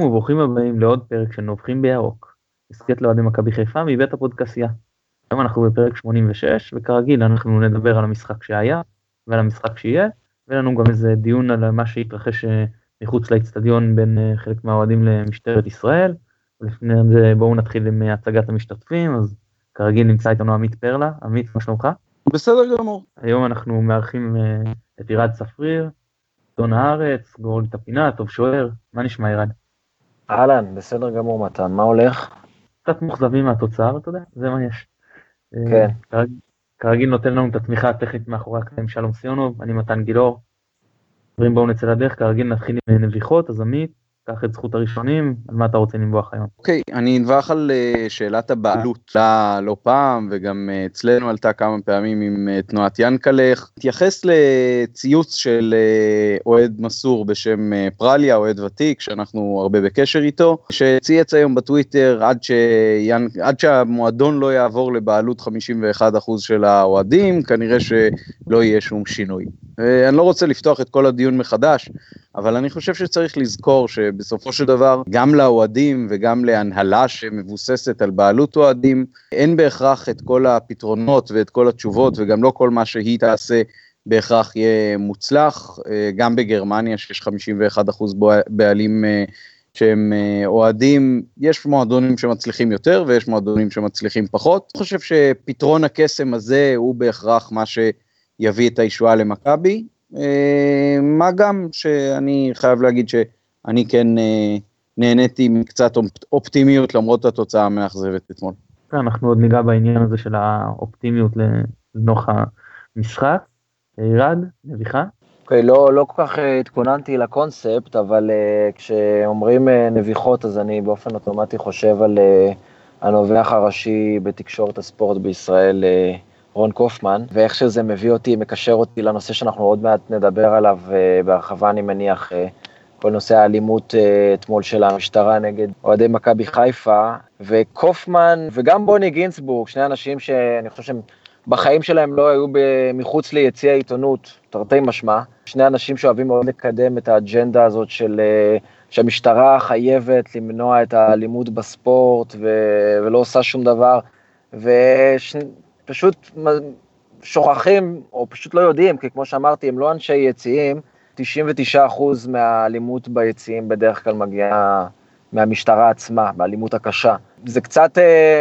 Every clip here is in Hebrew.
וברוכים הבאים לעוד פרק של נובחים בירוק. הסכת לאוהדי מכבי חיפה מבית הפודקאסייה. היום אנחנו בפרק 86, וכרגיל אנחנו נדבר על המשחק שהיה, ועל המשחק שיהיה, ולנו גם איזה דיון על מה שהתרחש מחוץ לאצטדיון בין חלק מהאוהדים למשטרת ישראל. ולפני זה בואו נתחיל עם הצגת המשתתפים, אז כרגיל נמצא איתנו עמית פרלה. עמית, מה שלומך? בסדר גמור. היום אנחנו מארחים את ירד ספריר, עיתון הארץ, גורל את הפינה, טוב שוער. מה נשמע ירד? אהלן, בסדר גמור מתן, מה הולך? קצת מוחזבים מהתוצאה, אתה יודע, זה מה יש. כן. כרגיל נותן לנו את התמיכה הטכנית מאחורי הקלעים שלום סיונוב, אני מתן גילאור. דברים בואו נצא לדרך, כרגיל נתחיל עם נביחות, אז עמית, קח את זכות הראשונים, על מה אתה רוצה לנבוח היום? אוקיי, אני אנבח על שאלת הבעלות, לא פעם, וגם אצלנו עלתה כמה פעמים עם תנועת ינקלך. התייחס לציוץ של אוהד מסור בשם פרליה, אוהד ותיק, שאנחנו הרבה בקשר איתו, שצייץ היום בטוויטר עד שהמועדון לא יעבור לבעלות 51% של האוהדים, כנראה שלא יהיה שום שינוי. אני לא רוצה לפתוח את כל הדיון מחדש, אבל אני חושב שצריך לזכור שבסופו של דבר, גם לאוהדים וגם להנהלה שמבוססת על בעלות אוהדים, אין בהכרח את כל הפתרונות ואת כל התשובות, וגם לא כל מה שהיא תעשה בהכרח יהיה מוצלח. גם בגרמניה שיש 51% בעלים שהם אוהדים, יש מועדונים שמצליחים יותר ויש מועדונים שמצליחים פחות. אני חושב שפתרון הקסם הזה הוא בהכרח מה שיביא את הישועה למכבי, מה גם שאני חייב להגיד שאני כן נהניתי מקצת אופטימיות למרות התוצאה המאכזבת אתמול. אנחנו עוד ניגע בעניין הזה של האופטימיות לנוח המשחק. ירד, נביחה? אוקיי, לא כל כך התכוננתי לקונספט, אבל כשאומרים נביחות, אז אני באופן אוטומטי חושב על הנובח הראשי בתקשורת הספורט בישראל, רון קופמן, ואיך שזה מביא אותי, מקשר אותי לנושא שאנחנו עוד מעט נדבר עליו בהרחבה, אני מניח, כל נושא האלימות אתמול של המשטרה נגד אוהדי מכבי חיפה, וקופמן וגם בוני גינסבורג, שני אנשים שאני חושב שהם בחיים שלהם לא היו מחוץ ליציע העיתונות, תרתי משמע, שני אנשים שאוהבים מאוד לקדם את האג'נדה הזאת שהמשטרה חייבת למנוע את האלימות בספורט ולא עושה שום דבר, פשוט שוכחים, או פשוט לא יודעים, כי כמו שאמרתי, הם לא אנשי יציאים, 99% מהאלימות ביציאים בדרך כלל מגיעה מהמשטרה עצמה, באלימות הקשה. זה קצת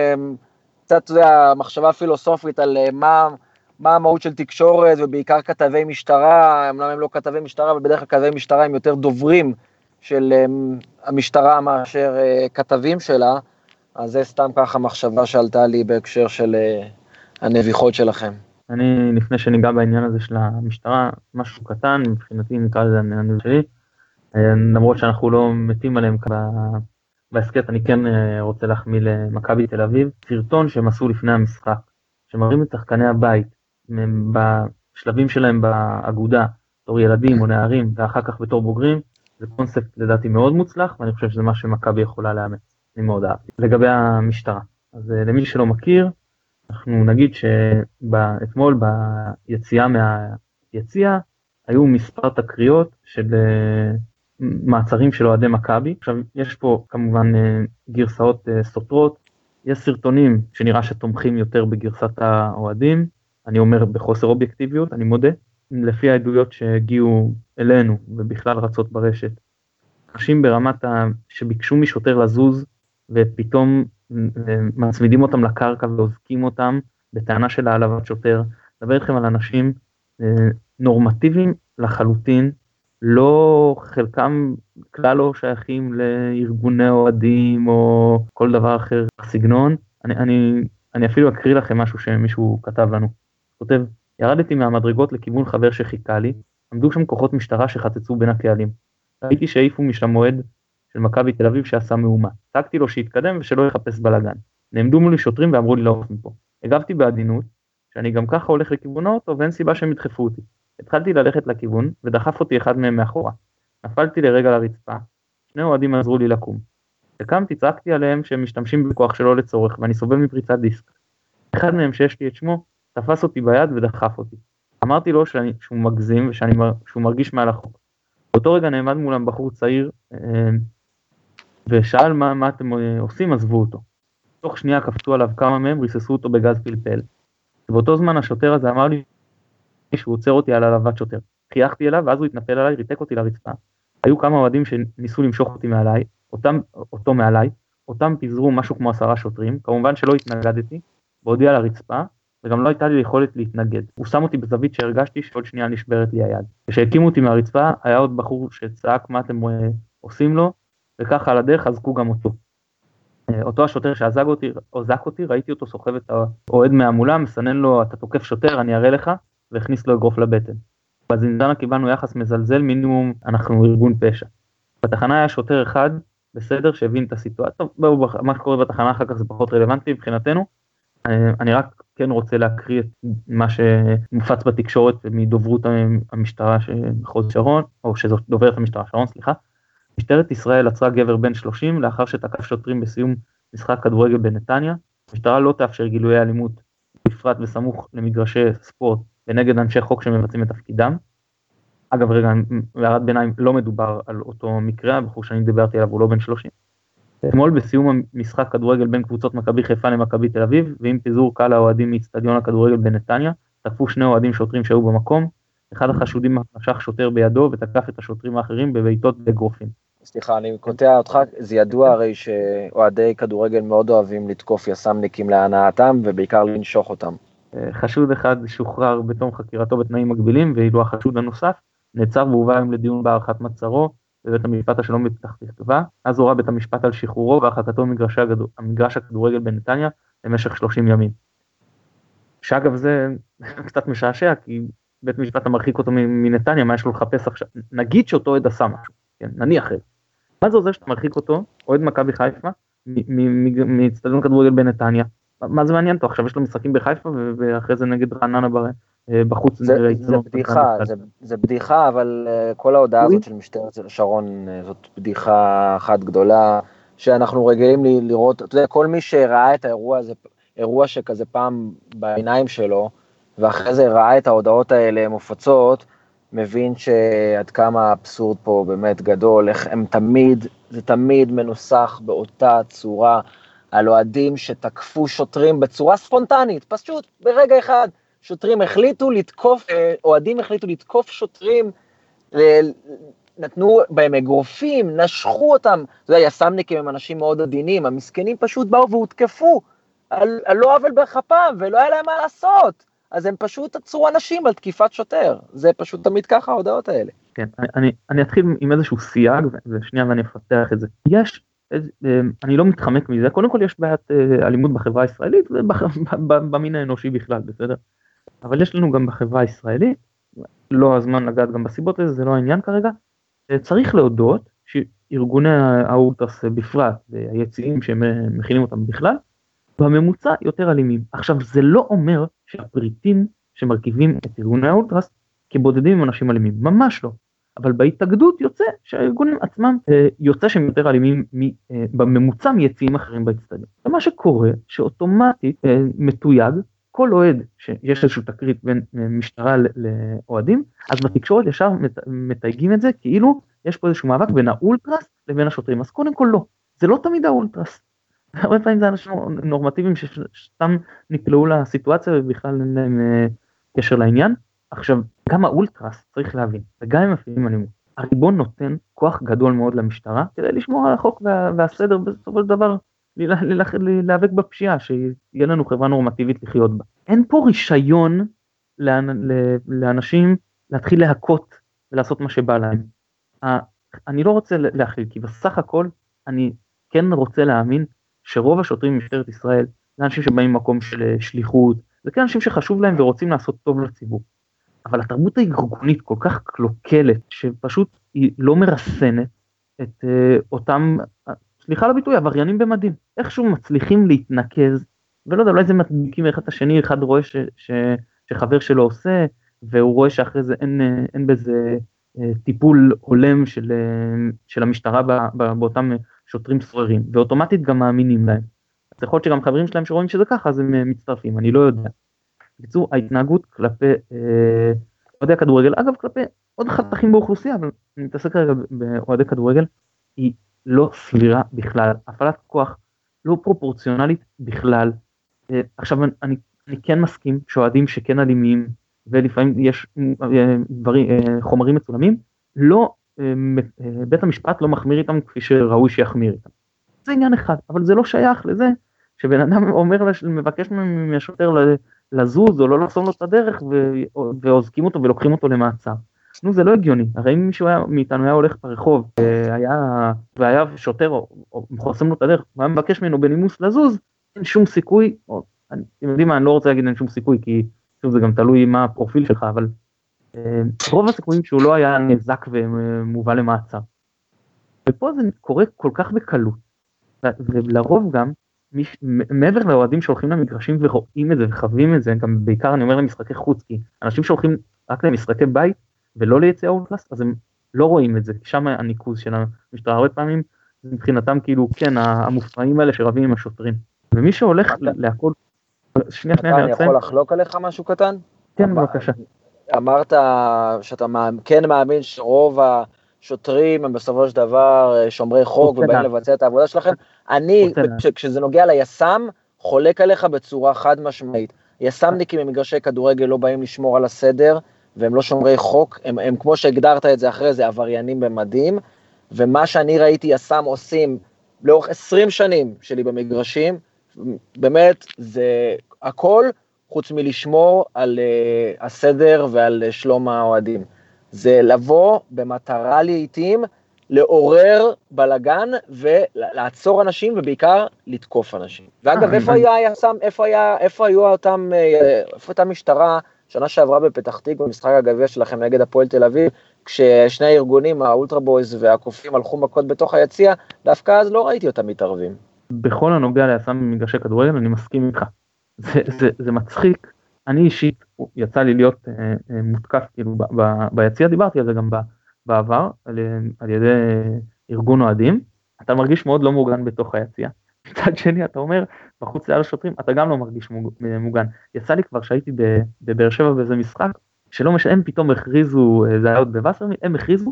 מחשבה פילוסופית על מה המהות של תקשורת, ובעיקר כתבי משטרה, אמנם הם לא כתבי משטרה, אבל בדרך כלל כתבי משטרה הם יותר דוברים של המשטרה מאשר כתבים שלה, אז זה סתם ככה מחשבה שעלתה לי בהקשר של הנביחות שלכם. אני, לפני שניגע בעניין הזה של המשטרה, משהו קטן, מבחינתי נקרא לזה הנביח שלי, למרות שאנחנו לא מתים עליהם בהסקט, אני כן רוצה להחמיא למכבי תל אביב, סרטון שהם עשו לפני המשחק, שמראים את שחקני הבית, בשלבים שלהם באגודה, בתור ילדים או נערים, ואחר כך בתור בוגרים, זה קונספט לדעתי מאוד מוצלח, ואני חושב שזה מה שמכבי יכולה לאמץ, אני מאוד אהבתי. לגבי המשטרה, אז למי שלא מכיר, אנחנו נגיד שאתמול ביציאה מהיציאה היו מספר תקריות של מעצרים של אוהדי מכבי. עכשיו יש פה כמובן גרסאות סותרות, יש סרטונים שנראה שתומכים יותר בגרסת האוהדים, אני אומר בחוסר אובייקטיביות, אני מודה, לפי העדויות שהגיעו אלינו ובכלל רצות ברשת, אנשים ברמת שביקשו משוטר לזוז ופתאום מצמידים אותם לקרקע ועוזקים אותם בטענה של העלבת שוטר. מדבר איתכם על אנשים נורמטיביים לחלוטין, לא חלקם כלל לא שייכים לארגוני אוהדים או כל דבר אחר בסגנון. אני אפילו אקריא לכם משהו שמישהו כתב לנו. כותב, ירדתי מהמדרגות לכיוון חבר שחיכה לי, עמדו שם כוחות משטרה שחצצו בין הקהלים. ראיתי שהעיפו משם מועד של מכבי תל אביב שעשה מהומה. צעקתי לו שיתקדם ושלא יחפש בלגן. נעמדו מולי שוטרים ואמרו לי לעוף מפה. הגבתי בעדינות, שאני גם ככה הולך לכיוון האוטו ואין סיבה שהם ידחפו אותי. התחלתי ללכת לכיוון ודחף אותי אחד מהם מאחורה. נפלתי לרגע לרצפה. שני אוהדים עזרו לי לקום. הקמתי, צעקתי עליהם שהם משתמשים בכוח שלא לצורך ואני סובל מפריצת דיסק. אחד מהם שיש לי את שמו, תפס אותי ביד ודחף אותי. אמרתי לו שהוא מגזים שהוא מרגיש מעל החוק. באותו רגע נעמד מולם בחור צעיר ושאל מה אתם עושים, עזבו אותו. תוך שנייה קפצו עליו כמה מהם, ריססו אותו בגז פלפל. באותו זמן השוטר הזה אמר לי שהוא עוצר אותי על העלבת שוטר. חייכתי אליו, ואז הוא התנפל עליי, ריתק אותי לרצפה. היו כמה אוהדים שניסו למשוך אותי מעליי, אותו מעליי, אותם פיזרו משהו כמו 10 שוטרים, כמובן שלא התנגדתי, והודיע על הרצפה, וגם לא הייתה לי יכולת להתנגד. הוא שם אותי בזווית שהרגשתי שעוד שנייה נשברת לי היד. כשהקימו אותי מהרצפה, היה עוד בחור שצעק מה אתם עושים לו, וככה על הדרך אזקו גם אותו. אותו השוטר שאזק אותי, ראיתי אותו סוחב את האוהד מהמולה, מסנן לו, אתה תוקף שוטר, אני אראה לך, והכניס לו אגרוף לבטן. בזינזנה קיבלנו יחס מזלזל, מינימום אנחנו ארגון פשע. בתחנה היה שוטר אחד, בסדר, שהבין את הסיטואציה, מה שקורה בתחנה אחר כך זה פחות רלוונטי מבחינתנו, אני רק כן רוצה להקריא את מה שמופץ בתקשורת מדוברות המשטרה של מחוז שרון, או שזאת דוברת המשטרה שרון, סליחה. משטרת ישראל עצרה גבר בן 30 לאחר שתקף שוטרים בסיום משחק כדורגל בנתניה. המשטרה לא תאפשר גילויי אלימות, בפרט וסמוך למגרשי ספורט, ונגד אנשי חוק שמבצעים את תפקידם. אגב, רגע, בהערת ביניים, לא מדובר על אותו מקרה, הבחור שאני דיברתי עליו הוא לא בן 30. אתמול בסיום המשחק כדורגל בין קבוצות מכבי חיפה למכבי תל אביב, ועם פיזור קהל האוהדים מאצטדיון הכדורגל בנתניה, תקפו 2 אוהדים שוטרים שהיו במקום, אחד החשודים משך שוטר בידו ותקף את השוטרים האחרים בבעיטות באגרופים. סליחה, אני קוטע אותך, זה ידוע הרי שאוהדי כדורגל מאוד אוהבים לתקוף יס"מניקים להנאתם, ובעיקר לנשוך אותם. חשוד אחד שוחרר בתום חקירתו בתנאים מגבילים, ואילו החשוד הנוסף נעצר והובא היום לדיון בהארכת מעצרו בבית המשפט השלום בפתח תקווה. אז הורה בית המשפט על שחרורו והרחקתו ממגרש הכדורגל בנתניה למשך 30 ימים. שאגב זה קצת משעשע, כי בית המשפט המרחיק אותו מנתניה, מה יש לו לחפש עכשיו? נגיד שאותו אוהד עשה משהו, כן, נניח את. מה זה עוזר שאתה מרחיק אותו, אוהד מכבי חיפה, מאצטדיון כדורגל בנתניה? מה זה מעניין אותו? עכשיו יש לו משחקים בחיפה, ואחרי זה נגד רעננה בחוץ. זה בדיחה, אבל כל ההודעה הזאת של משטרת שרון, זאת בדיחה אחת גדולה, שאנחנו רגילים לראות, אתה יודע, כל מי שראה את האירוע הזה, אירוע שכזה פעם בעיניים שלו, ואחרי זה ראה את ההודעות האלה מופצות, מבין שעד כמה האבסורד פה באמת גדול, איך הם תמיד, זה תמיד מנוסח באותה צורה, על אוהדים שתקפו שוטרים בצורה ספונטנית, פשוט ברגע אחד, שוטרים החליטו לתקוף, אוהדים החליטו לתקוף שוטרים, נתנו בהם אגרופים, נשכו אותם, אתה יודע, יס"מניקים הם אנשים מאוד עדינים, המסכנים פשוט באו והותקפו, על לא עוול בכפם, ולא היה להם מה לעשות, אז הם פשוט עצרו אנשים על תקיפת שוטר, זה פשוט תמיד ככה ההודעות האלה. כן, אני אתחיל עם איזשהו סייג, ושנייה ואני אפתח את זה. אני לא מתחמק מזה, קודם כל יש בעיית אלימות בחברה הישראלית, ובמין האנושי בכלל, בסדר? אבל יש לנו גם בחברה הישראלית, לא הזמן לגעת גם בסיבות הזה, זה לא העניין כרגע, צריך להודות שארגוני האולטרס בפרט, היציעים שהם מכינים אותם בכלל, בממוצע יותר אלימים. עכשיו זה לא אומר שהפריטים שמרכיבים את ארגוני האולטרס כבודדים עם אנשים אלימים, ממש לא. אבל בהתאגדות יוצא שהארגונים עצמם יוצא שהם יותר אלימים בממוצע מיציעים אחרים באצטדיון. ומה שקורה שאוטומטית מתויג כל אוהד שיש איזשהו תקרית בין משטרה לאוהדים, אז בתקשורת ישר מתייגים את זה כאילו יש פה איזשהו מאבק בין האולטרס לבין השוטרים. אז קודם כל לא, זה לא תמיד האולטרס. הרבה פעמים זה אנשים נורמטיביים שסתם נקלעו לסיטואציה ובכלל אין להם קשר לעניין. עכשיו, גם האולטרס צריך להבין, וגם אם מפעילים אלימות, הריבון נותן כוח גדול מאוד למשטרה, כדי לשמור על החוק והסדר בסופו של דבר, להיאבק בפשיעה, שיהיה לנו חברה נורמטיבית לחיות בה. אין פה רישיון לאנשים להתחיל להכות ולעשות מה שבא להם. אני לא רוצה להכליל, כי בסך הכל אני כן רוצה להאמין שרוב השוטרים במשטרת ישראל, זה אנשים שבאים ממקום של שליחות, זה כן אנשים שחשוב להם ורוצים לעשות טוב לציבור. אבל התרבות הארגונית כל כך קלוקלת, שפשוט היא לא מרסנת את אותם, סליחה על הביטוי, עבריינים במדים. איכשהו מצליחים להתנקז, ולא יודע, אולי זה מדביקים אחד את השני, אחד רואה שחבר שלו עושה, והוא רואה שאחרי זה אין בזה טיפול הולם של המשטרה באותם שוטרים סוררים, ואוטומטית גם מאמינים להם. אז יכול להיות שגם חברים שלהם שרואים שזה ככה, אז הם מצטרפים, אני לא יודע. בקיצור, ההתנהגות כלפי אוהדי הכדורגל, אגב כלפי עוד חתכים באוכלוסייה, אבל אני מתעסק רגע באוהדי כדורגל, היא לא סבירה בכלל, הפעלת כוח לא פרופורציונלית בכלל. עכשיו אני כן מסכים שאוהדים שכן אלימים, ולפעמים יש חומרים מצולמים, לא, בית המשפט לא מחמיר איתם כפי שראוי שיחמיר איתם. זה עניין אחד, אבל זה לא שייך לזה שבן אדם מבקש מהשוטר לזוז או לא לחסום לו את הדרך ועוזקים אותו ולוקחים אותו למעצר. נו, זה לא הגיוני. הרי אם מישהו מאיתנו היה הולך ברחוב והיה שוטר או חוסם לו את הדרך, והיה מבקש ממנו בנימוס לזוז, אין שום סיכוי, אתם יודעים מה, אני לא רוצה להגיד אין שום סיכוי, כי שוב זה גם תלוי מה הפרופיל שלך, אבל רוב הסיכויים שהוא לא היה נזק ומובא למעצר. ופה זה קורה כל כך בקלות, ולרוב גם, מעבר לאוהדים שהולכים למגרשים ורואים את זה וחווים את זה, גם בעיקר אני אומר למשחקי חוץ, כי אנשים שהולכים רק למשחקי בית ולא ליציאה אולטרס, אז הם לא רואים את זה, כי שם הניקוז של המשטרה הרבה פעמים, מבחינתם כאילו כן, המופרעים האלה שרבים עם השוטרים. ומי שהולך להכל, שנייה, אני יכול לחלוק עליך משהו קטן? כן, בבקשה. אמרת שאתה כן מאמין שרוב השוטרים הם בסופו של דבר שומרי חוק ובאים לבצע את העבודה שלכם. אני, כשזה נוגע ליס"מ, חולק עליך בצורה חד משמעית. יס"מניקים במגרשי כדורגל לא באים לשמור על הסדר, והם לא שומרי חוק, הם כמו שהגדרת את זה אחרי זה, עבריינים במדים, ומה שאני ראיתי יס"מ עושים לאורך 20 שנים שלי במגרשים, באמת זה הכל חוץ מלשמור על הסדר ועל שלום האוהדים. זה לבוא במטרה לעתים, לעורר בלגן ולעצור אנשים ובעיקר לתקוף אנשים. ואגב, איפה היה יס"מ, איפה היו אותם משטרה שנה שעברה בפתח תקווה במשחק הגביע שלכם נגד הפועל תל אביב, כששני הארגונים, האולטרה בויז והקופים הלכו מכות בתוך היציע, דווקא אז לא ראיתי אותם מתערבים. בכל הנוגע ליס"מ במגרשי כדורגל, אני מסכים איתך. זה מצחיק. אני אישית, יצא לי להיות מותקף, כאילו ביציע, דיברתי על זה גם בעבר, על ידי ארגון אוהדים, אתה מרגיש מאוד לא מוגן בתוך היציע. מצד שני, אתה אומר, בחוץ ליד השוטרים, אתה גם לא מרגיש מוגן. יצא לי כבר שהייתי בבאר שבע באיזה משחק, שלא משנה, הם פתאום הכריזו, זה היה עוד בווסרמיל, הם הכריזו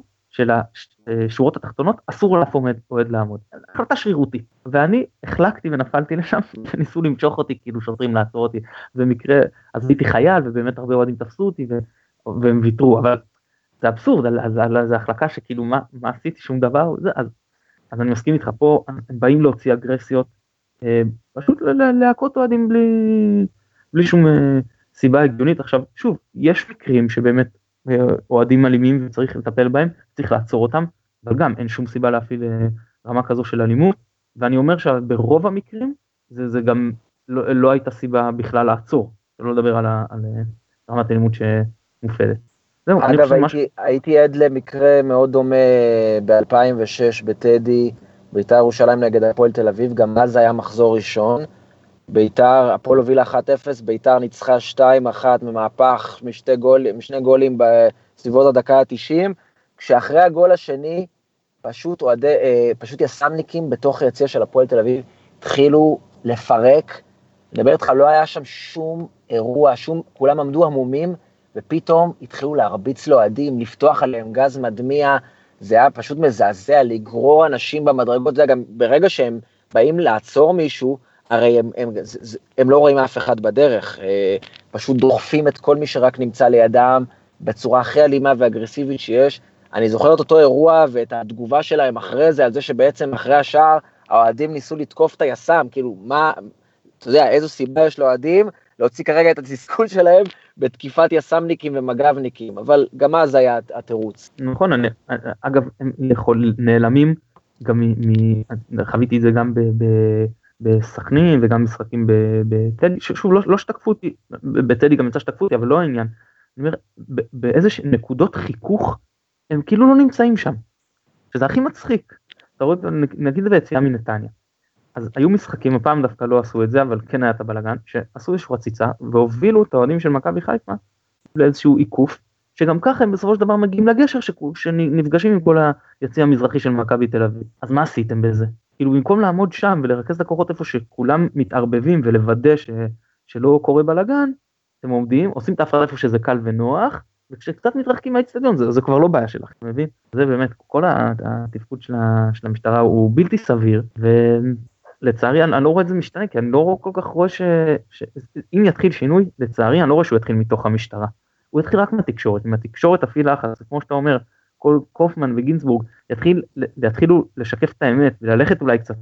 שלשורות התחתונות אסור לאף אוהד לעמוד. החלטה שרירותית. ואני החלקתי ונפלתי לשם, וניסו למשוך אותי, כאילו שוטרים לעצור אותי. במקרה, אז הייתי חייל, ובאמת הרבה אוהדים תפסו אותי, והם ויתרו. אבל זה אבסורד, זה החלקה שכאילו, מה עשיתי? שום דבר? אז אני מסכים איתך, פה הם באים להוציא אגרסיות, פשוט להכות אוהדים בלי שום סיבה הגיונית. עכשיו, שוב, יש מקרים שבאמת אוהדים אלימים וצריך לטפל בהם, צריך לעצור אותם, אבל גם אין שום סיבה להפעיל רמה כזו של אלימות, ואני אומר שברוב המקרים, זה גם לא הייתה סיבה בכלל לעצור, לא לדבר על רמת אלימות שמופעלת. אגב, הייתי עד למקרה מאוד דומה ב-2006 בטדי, בית"ר ירושלים נגד הפועל תל אביב, גם אז היה מחזור ראשון, בית"ר, הפועל הובילה 1-0, בית"ר ניצחה 2-1 ממהפך, משני גולים בסביבות הדקה ה-90, כשאחרי הגול השני, פשוט יס"מניקים בתוך היציע של הפועל תל אביב, התחילו לפרק, לדבר איתך, לא היה שם שום אירוע, כולם עמדו המומים, ופתאום התחילו להרביץ לאוהדים, לפתוח עליהם גז מדמיע, זה היה פשוט מזעזע, לגרור אנשים במדרגות, זה גם ברגע שהם באים לעצור מישהו, הרי הם לא רואים אף אחד בדרך, פשוט דוחפים את כל מי שרק נמצא לידם, בצורה הכי אלימה ואגרסיבית שיש. אני זוכר את אותו אירוע ואת התגובה שלהם אחרי זה, על זה שבעצם אחרי השער, האוהדים ניסו לתקוף את היס"מ, כאילו מה, אתה יודע, איזו סיבה יש לאוהדים, להוציא כרגע את התסכול שלהם בתקיפת יס"מניקים ומג"בניקים, אבל גם אז היה התירוץ. נכון, אגב, הם נעלמים, גם חוויתי את זה גם בסכנין וגם משחקים בטדי, שוב, לא שתקפו אותי, בטדי גם יצא שתקפו אותי, אבל לא העניין. אני אומר, באיזה נקודות חיכוך, הם כאילו לא נמצאים שם, שזה הכי מצחיק. אתה רואה, נגיד זה ביציאה מנתניה. אז היו משחקים, הפעם דווקא לא עשו את זה, אבל כן היה את הבלגן, שעשו איזשהו רציצה, והובילו את האוהדים של מכבי חיפה לאיזשהו עיקוף, שגם ככה הם בסופו של דבר מגיעים לגשר, שנפגשים עם כל היציע המזרחי של מכבי תל אביב. אז מה עשיתם בזה? כאילו במקום לעמוד שם ולרכז את הכוחות איפה שכולם מתערבבים ולוודא שלא קורה בלגן, אתם עומדים, עושים את ההפרדה איפה שזה קל ונוח, וכשקצת מתרחקים מהאצטדיון, זה כבר לא בעיה שלך, אתה מבין? זה באמת, כל התפקוד של המשטרה הוא בלתי סביר, ולצערי אני לא רואה את זה משתנה, כי אני לא כל כך רואה אם יתחיל שינוי, לצערי אני לא רואה שהוא יתחיל מתוך המשטרה, הוא יתחיל רק מהתקשורת, אם התקשורת תפעיל לחץ, כמו שאתה אומר, כל קופמן וגינסבורג יתחילו לשקף את האמת, וללכת אולי קצת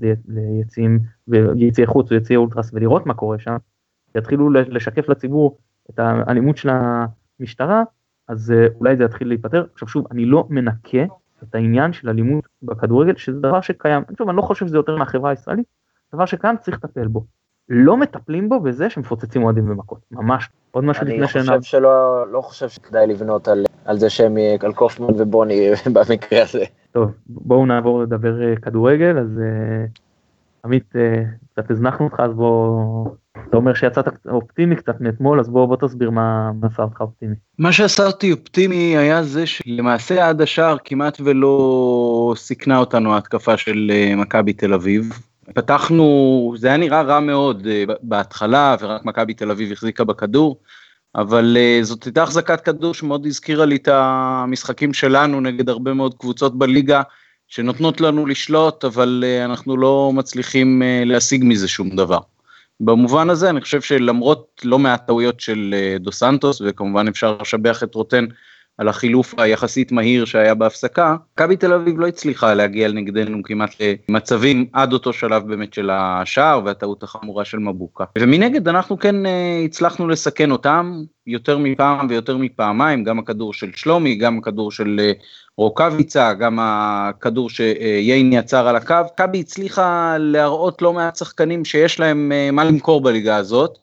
ליציעי חוץ או יציעי אולטרס, ולראות מה קורה שם, יתחילו לשקף לציבור את האלימות של המשטרה, אז אולי זה יתחיל להיפטר. עכשיו שוב, אני לא מנקה את העניין של אלימות בכדורגל, שזה דבר שקיים, שוב, אני לא חושב שזה יותר מהחברה הישראלית, דבר שקיים צריך לטפל בו. לא מטפלים בו בזה שמפוצצים אוהדים במכות, ממש. עוד משהו לפני שינה. אני חושב לא חושב שכדאי לבנות על זה שהם על קופמן ובוני במקרה הזה. טוב, בואו נעבור לדבר כדורגל, אז עמית, קצת הזנחנו אותך, אז בוא, אתה אומר שיצאת אופטימי קצת מאתמול, אז בוא תסביר מה עשה אותך אופטימי. מה שעשה אותי אופטימי היה זה שלמעשה עד השאר כמעט ולא סיכנה אותנו ההתקפה של מכבי תל אביב. פתחנו, זה היה נראה רע מאוד בהתחלה, ורק מכבי תל אביב החזיקה בכדור, אבל זאת הייתה החזקת כדור שמאוד הזכירה לי את המשחקים שלנו נגד הרבה מאוד קבוצות בליגה, שנותנות לנו לשלוט, אבל אנחנו לא מצליחים להשיג מזה שום דבר. במובן הזה אני חושב שלמרות לא מעט טעויות של דו סנטוס, וכמובן אפשר לשבח את רוטן על החילוף היחסית מהיר שהיה בהפסקה, מכבי תל אביב לא הצליחה להגיע נגדנו כמעט למצבים עד אותו שלב באמת של השער והטעות החמורה של מבוקה. ומנגד אנחנו כן הצלחנו לסכן אותם יותר מפעם ויותר מפעמיים, גם הכדור של שלומי, גם הכדור של רוקביצה, גם הכדור שיין יצר על הקו. מכבי הצליחה להראות לא מעט שחקנים שיש להם מה למכור בליגה הזאת,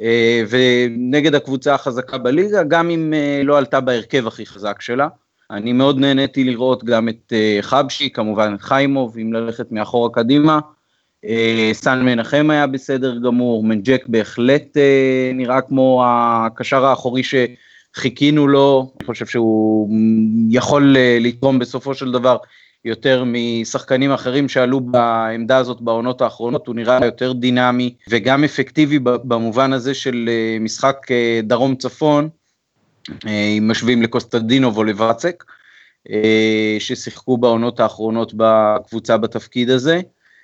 ונגד הקבוצה החזקה בליגה, גם אם לא עלתה בהרכב הכי חזק שלה. אני מאוד נהניתי לראות גם את חבשי, כמובן את חיימוב, אם ללכת מאחורה קדימה, סן מנחם היה בסדר גמור, מנג'ק בהחלט נראה כמו הקשר האחורי שחיכינו לו, אני חושב שהוא יכול לתרום בסופו של דבר, יותר משחקנים אחרים שעלו בעמדה הזאת בעונות האחרונות, הוא נראה יותר דינמי וגם אפקטיבי במובן הזה של משחק דרום צפון, אם משווים לקוסטדינוב או לוואצק, ששיחקו בעונות האחרונות בקבוצה בתפקיד הזה.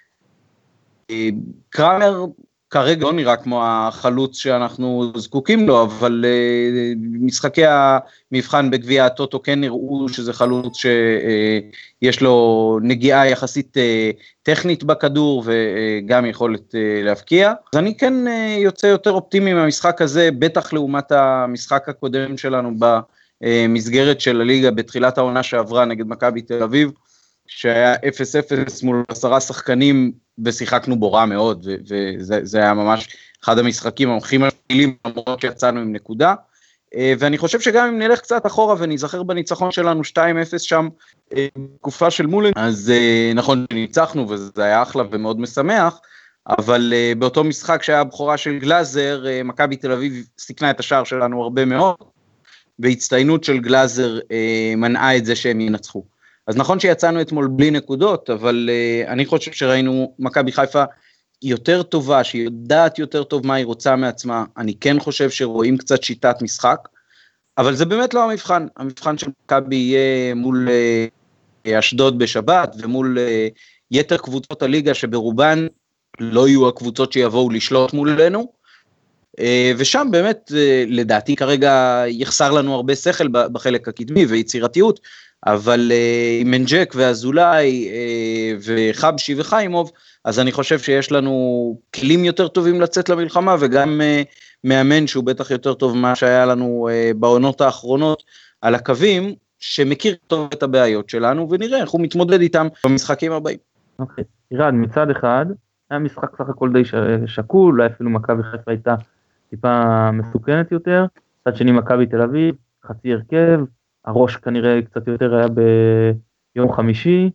קרמר כרגע לא נראה כמו החלוץ שאנחנו זקוקים לו, אבל משחקי המבחן בגביע הטוטו כן נראו שזה חלוץ שיש לו נגיעה יחסית טכנית בכדור וגם יכולת להבקיע. אז אני כן יוצא יותר אופטימי מהמשחק הזה, בטח לעומת המשחק הקודם שלנו במסגרת של הליגה בתחילת העונה שעברה נגד מכבי תל אביב, שהיה 0-0 מול 10 שחקנים ושיחקנו בו רע מאוד, וזה היה ממש אחד המשחקים הכי משפילים למרות שיצאנו עם נקודה, ואני חושב שגם אם נלך קצת אחורה ונזכר בניצחון שלנו 2-0 שם, תקופה של מולן, אז נכון שניצחנו וזה היה אחלה ומאוד משמח, אבל באותו משחק שהיה הבכורה של גלאזר, מכבי תל אביב סיכנה את השער שלנו הרבה מאוד, והצטיינות של גלאזר מנעה את זה שהם ינצחו. אז נכון שיצאנו אתמול בלי נקודות, אבל אני חושב שראינו מכבי חיפה יותר טובה, שהיא יודעת יותר טוב מה היא רוצה מעצמה, אני כן חושב שרואים קצת שיטת משחק, אבל זה באמת לא המבחן, המבחן של מכבי יהיה מול אשדוד בשבת, ומול יתר קבוצות הליגה שברובן לא יהיו הקבוצות שיבואו לשלוט מולנו, ושם באמת לדעתי כרגע יחסר לנו הרבה שכל בחלק הקדמי ויצירתיות, אבל עם מנג'ק ואזולאי וחבשי וחיימוב, אז אני חושב שיש לנו כלים יותר טובים לצאת למלחמה, וגם מאמן שהוא בטח יותר טוב מה שהיה לנו בעונות האחרונות על הקווים, שמכיר טוב את הבעיות שלנו, ונראה איך הוא מתמודד איתם במשחקים הבאים. אוקיי, ירד, מצד אחד, היה משחק סך הכל די שקול, אולי אפילו מכבי חיפה הייתה טיפה מסוכנת יותר, מצד שני מכבי תל אביב, חצי הרכב, הראש כנראה קצת יותר היה ביום חמישי,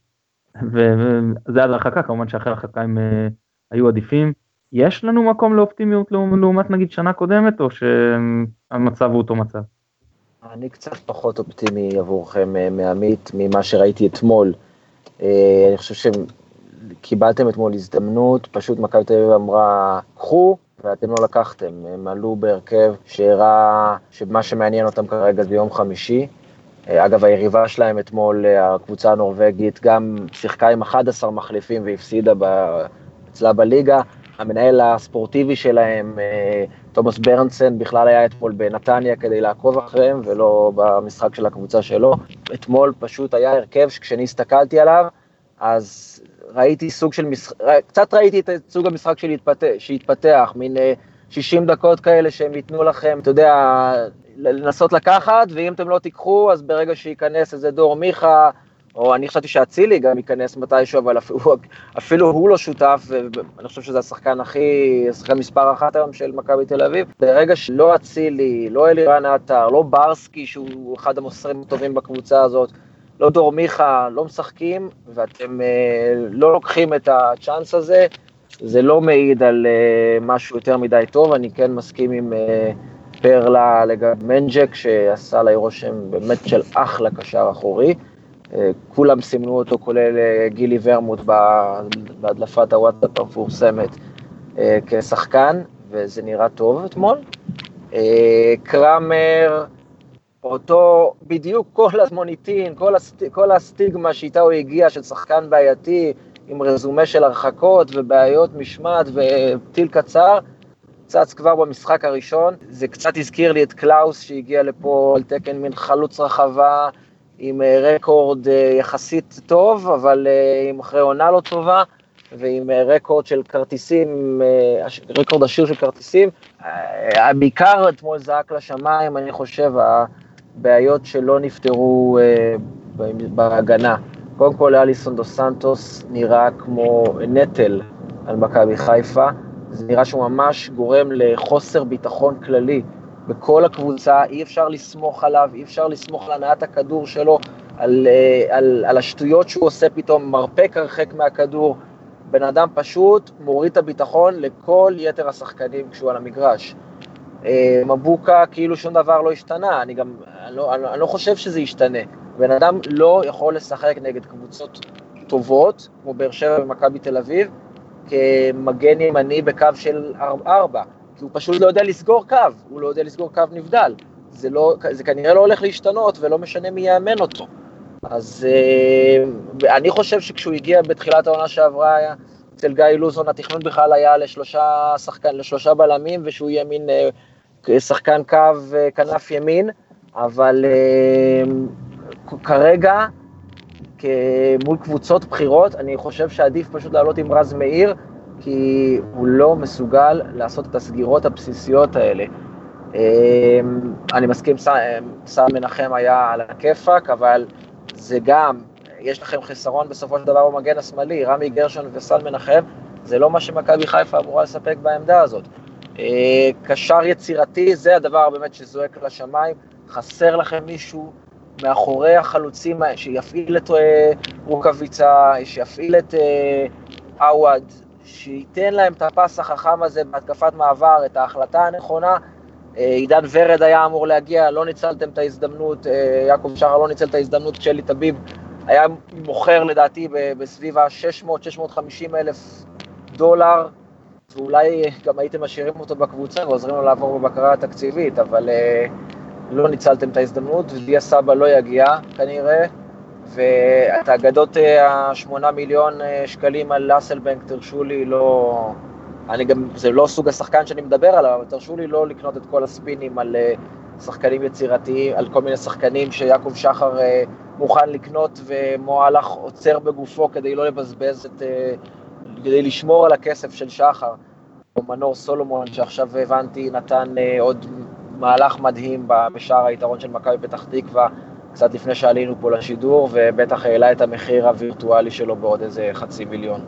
וזה עד הרחקה, כמובן שאחרי הרחקה הם היו עדיפים. יש לנו מקום לאופטימיות לעומת נגיד שנה קודמת, או שהמצב הוא אותו מצב? אני קצת פחות אופטימי עבורכם מעמית, ממה שראיתי אתמול. אני חושב קיבלתם אתמול הזדמנות, פשוט מכבי תל אביב אמרה, קחו, ואתם לא לקחתם, הם עלו בהרכב שהראה שמה שמעניין אותם כרגע זה יום חמישי. אגב, היריבה שלהם אתמול, הקבוצה הנורווגית, גם שיחקה עם 11 מחליפים והפסידה אצלה בליגה. המנהל הספורטיבי שלהם, תומאס ברנסן, בכלל היה אתמול בנתניה כדי לעקוב אחריהם, ולא במשחק של הקבוצה שלו. אתמול פשוט היה הרכב שכשאני הסתכלתי עליו, אז ראיתי סוג של קצת ראיתי את סוג המשחק שהתפתח, מין 60 דקות כאלה שהם ייתנו לכם, אתה יודע, לנסות לקחת, ואם אתם לא תיקחו, אז ברגע שייכנס איזה דור מיכה, או אני חשבתי שהצילי גם ייכנס מתישהו, אבל אפילו הוא לא שותף, ואני חושב שזה השחקן מספר אחת היום של מכבי תל אביב. ברגע שלא הצילי, לא אלירן עטר, לא ברסקי, שהוא אחד המוסרים הטובים בקבוצה הזאת, לא דור מיכה, לא משחקים, ואתם לא לוקחים את הצ'אנס הזה, זה לא מעיד על משהו יותר מדי טוב. אני כן מסכים עם פרלה לגבי מנג'ק, שעשה לי רושם באמת של אחלה קשר אחורי. כולם סימנו אותו, כולל גילי ורמוט בהדלפת הוואטסאפ המפורסמת כשחקן, וזה נראה טוב אתמול. קרמר, אותו בדיוק כל המוניטין, כל הסטיגמה שאיתה הוא הגיע של שחקן בעייתי, עם רזומה של הרחקות ובעיות משמעת וטיל קצר, צץ כבר במשחק הראשון. זה קצת הזכיר לי את קלאוס שהגיע לפה על תקן מין חלוץ רחבה, עם רקורד יחסית טוב, אבל עם אחרי עונה לא טובה, ועם רקורד של כרטיסים, רקורד עשיר של כרטיסים. בעיקר אתמול זעק לשמיים, אני חושב, הבעיות שלא נפתרו בהגנה. קודם כל, אליסון דו סנטוס נראה כמו נטל על מכבי חיפה. זה נראה שהוא ממש גורם לחוסר ביטחון כללי בכל הקבוצה. אי אפשר לסמוך עליו, אי אפשר לסמוך על הנעת הכדור שלו, על השטויות שהוא עושה פתאום, מרפק הרחק מהכדור. בן אדם פשוט מוריד את הביטחון לכל יתר השחקנים כשהוא על המגרש. מבוקה כאילו שום דבר לא השתנה, אני לא חושב שזה ישתנה. בן אדם לא יכול לשחק נגד קבוצות טובות, כמו באר שבע ומכבי תל אביב, כמגן ימני בקו של 4, כי הוא פשוט לא יודע לסגור קו, הוא לא יודע לסגור קו נבדל. זה כנראה לא הולך להשתנות, ולא משנה מי יאמן אותו. אז אני חושב שכשהוא הגיע בתחילת העונה שעברה, אצל גיא לוזון, התכנון בכלל היה לשלושה בלמים, ושהוא יהיה מין שחקן קו כנף ימין, אבל כרגע, מול קבוצות בחירות, אני חושב שעדיף פשוט לעלות עם רז מאיר, כי הוא לא מסוגל לעשות את הסגירות הבסיסיות האלה. אני מסכים, סל מנחם היה על הכיפק, אבל זה גם, יש לכם חיסרון בסופו של דבר במגן השמאלי, רמי גרשון וסל מנחם, זה לא מה שמכבי חיפה אמורה לספק בעמדה הזאת. קשר יצירתי, זה הדבר באמת שזועק לשמיים, חסר לכם מישהו מאחורי החלוצים, שיפעיל את רוקביצה, שיפעיל את עווד, שייתן להם את הפס החכם הזה בהתקפת מעבר, את ההחלטה הנכונה. עידן ורד היה אמור להגיע, לא ניצלתם את ההזדמנות, יעקב שחר לא ניצל את ההזדמנות, כשלי טביב היה מוכר לדעתי בסביב ה-600-650 אלף דולר, ואולי גם הייתם משאירים אותו בקבוצה ועוזרים לו לעבור בבקרה התקציבית, אבל לא ניצלתם את ההזדמנות, ודיה סבא לא יגיע כנראה, ואת האגדות ה8 מיליון שקלים על לאסלבנק תרשו לי לא, זה לא סוג השחקן שאני מדבר עליו, אבל תרשו לי לא לקנות את כל הספינים על שחקנים יצירתיים, על כל מיני שחקנים שיעקב שחר מוכן לקנות, ומועלך עוצר בגופו כדי לא לבזבז כדי לשמור על הכסף של שחר, או מנור סולומון שעכשיו הבנתי נתן עוד מהלך מדהים בשער היתרון של מכבי פתח תקווה, קצת לפני שעלינו פה לשידור, ובטח העלה את המחיר הווירטואלי שלו בעוד איזה 500,000.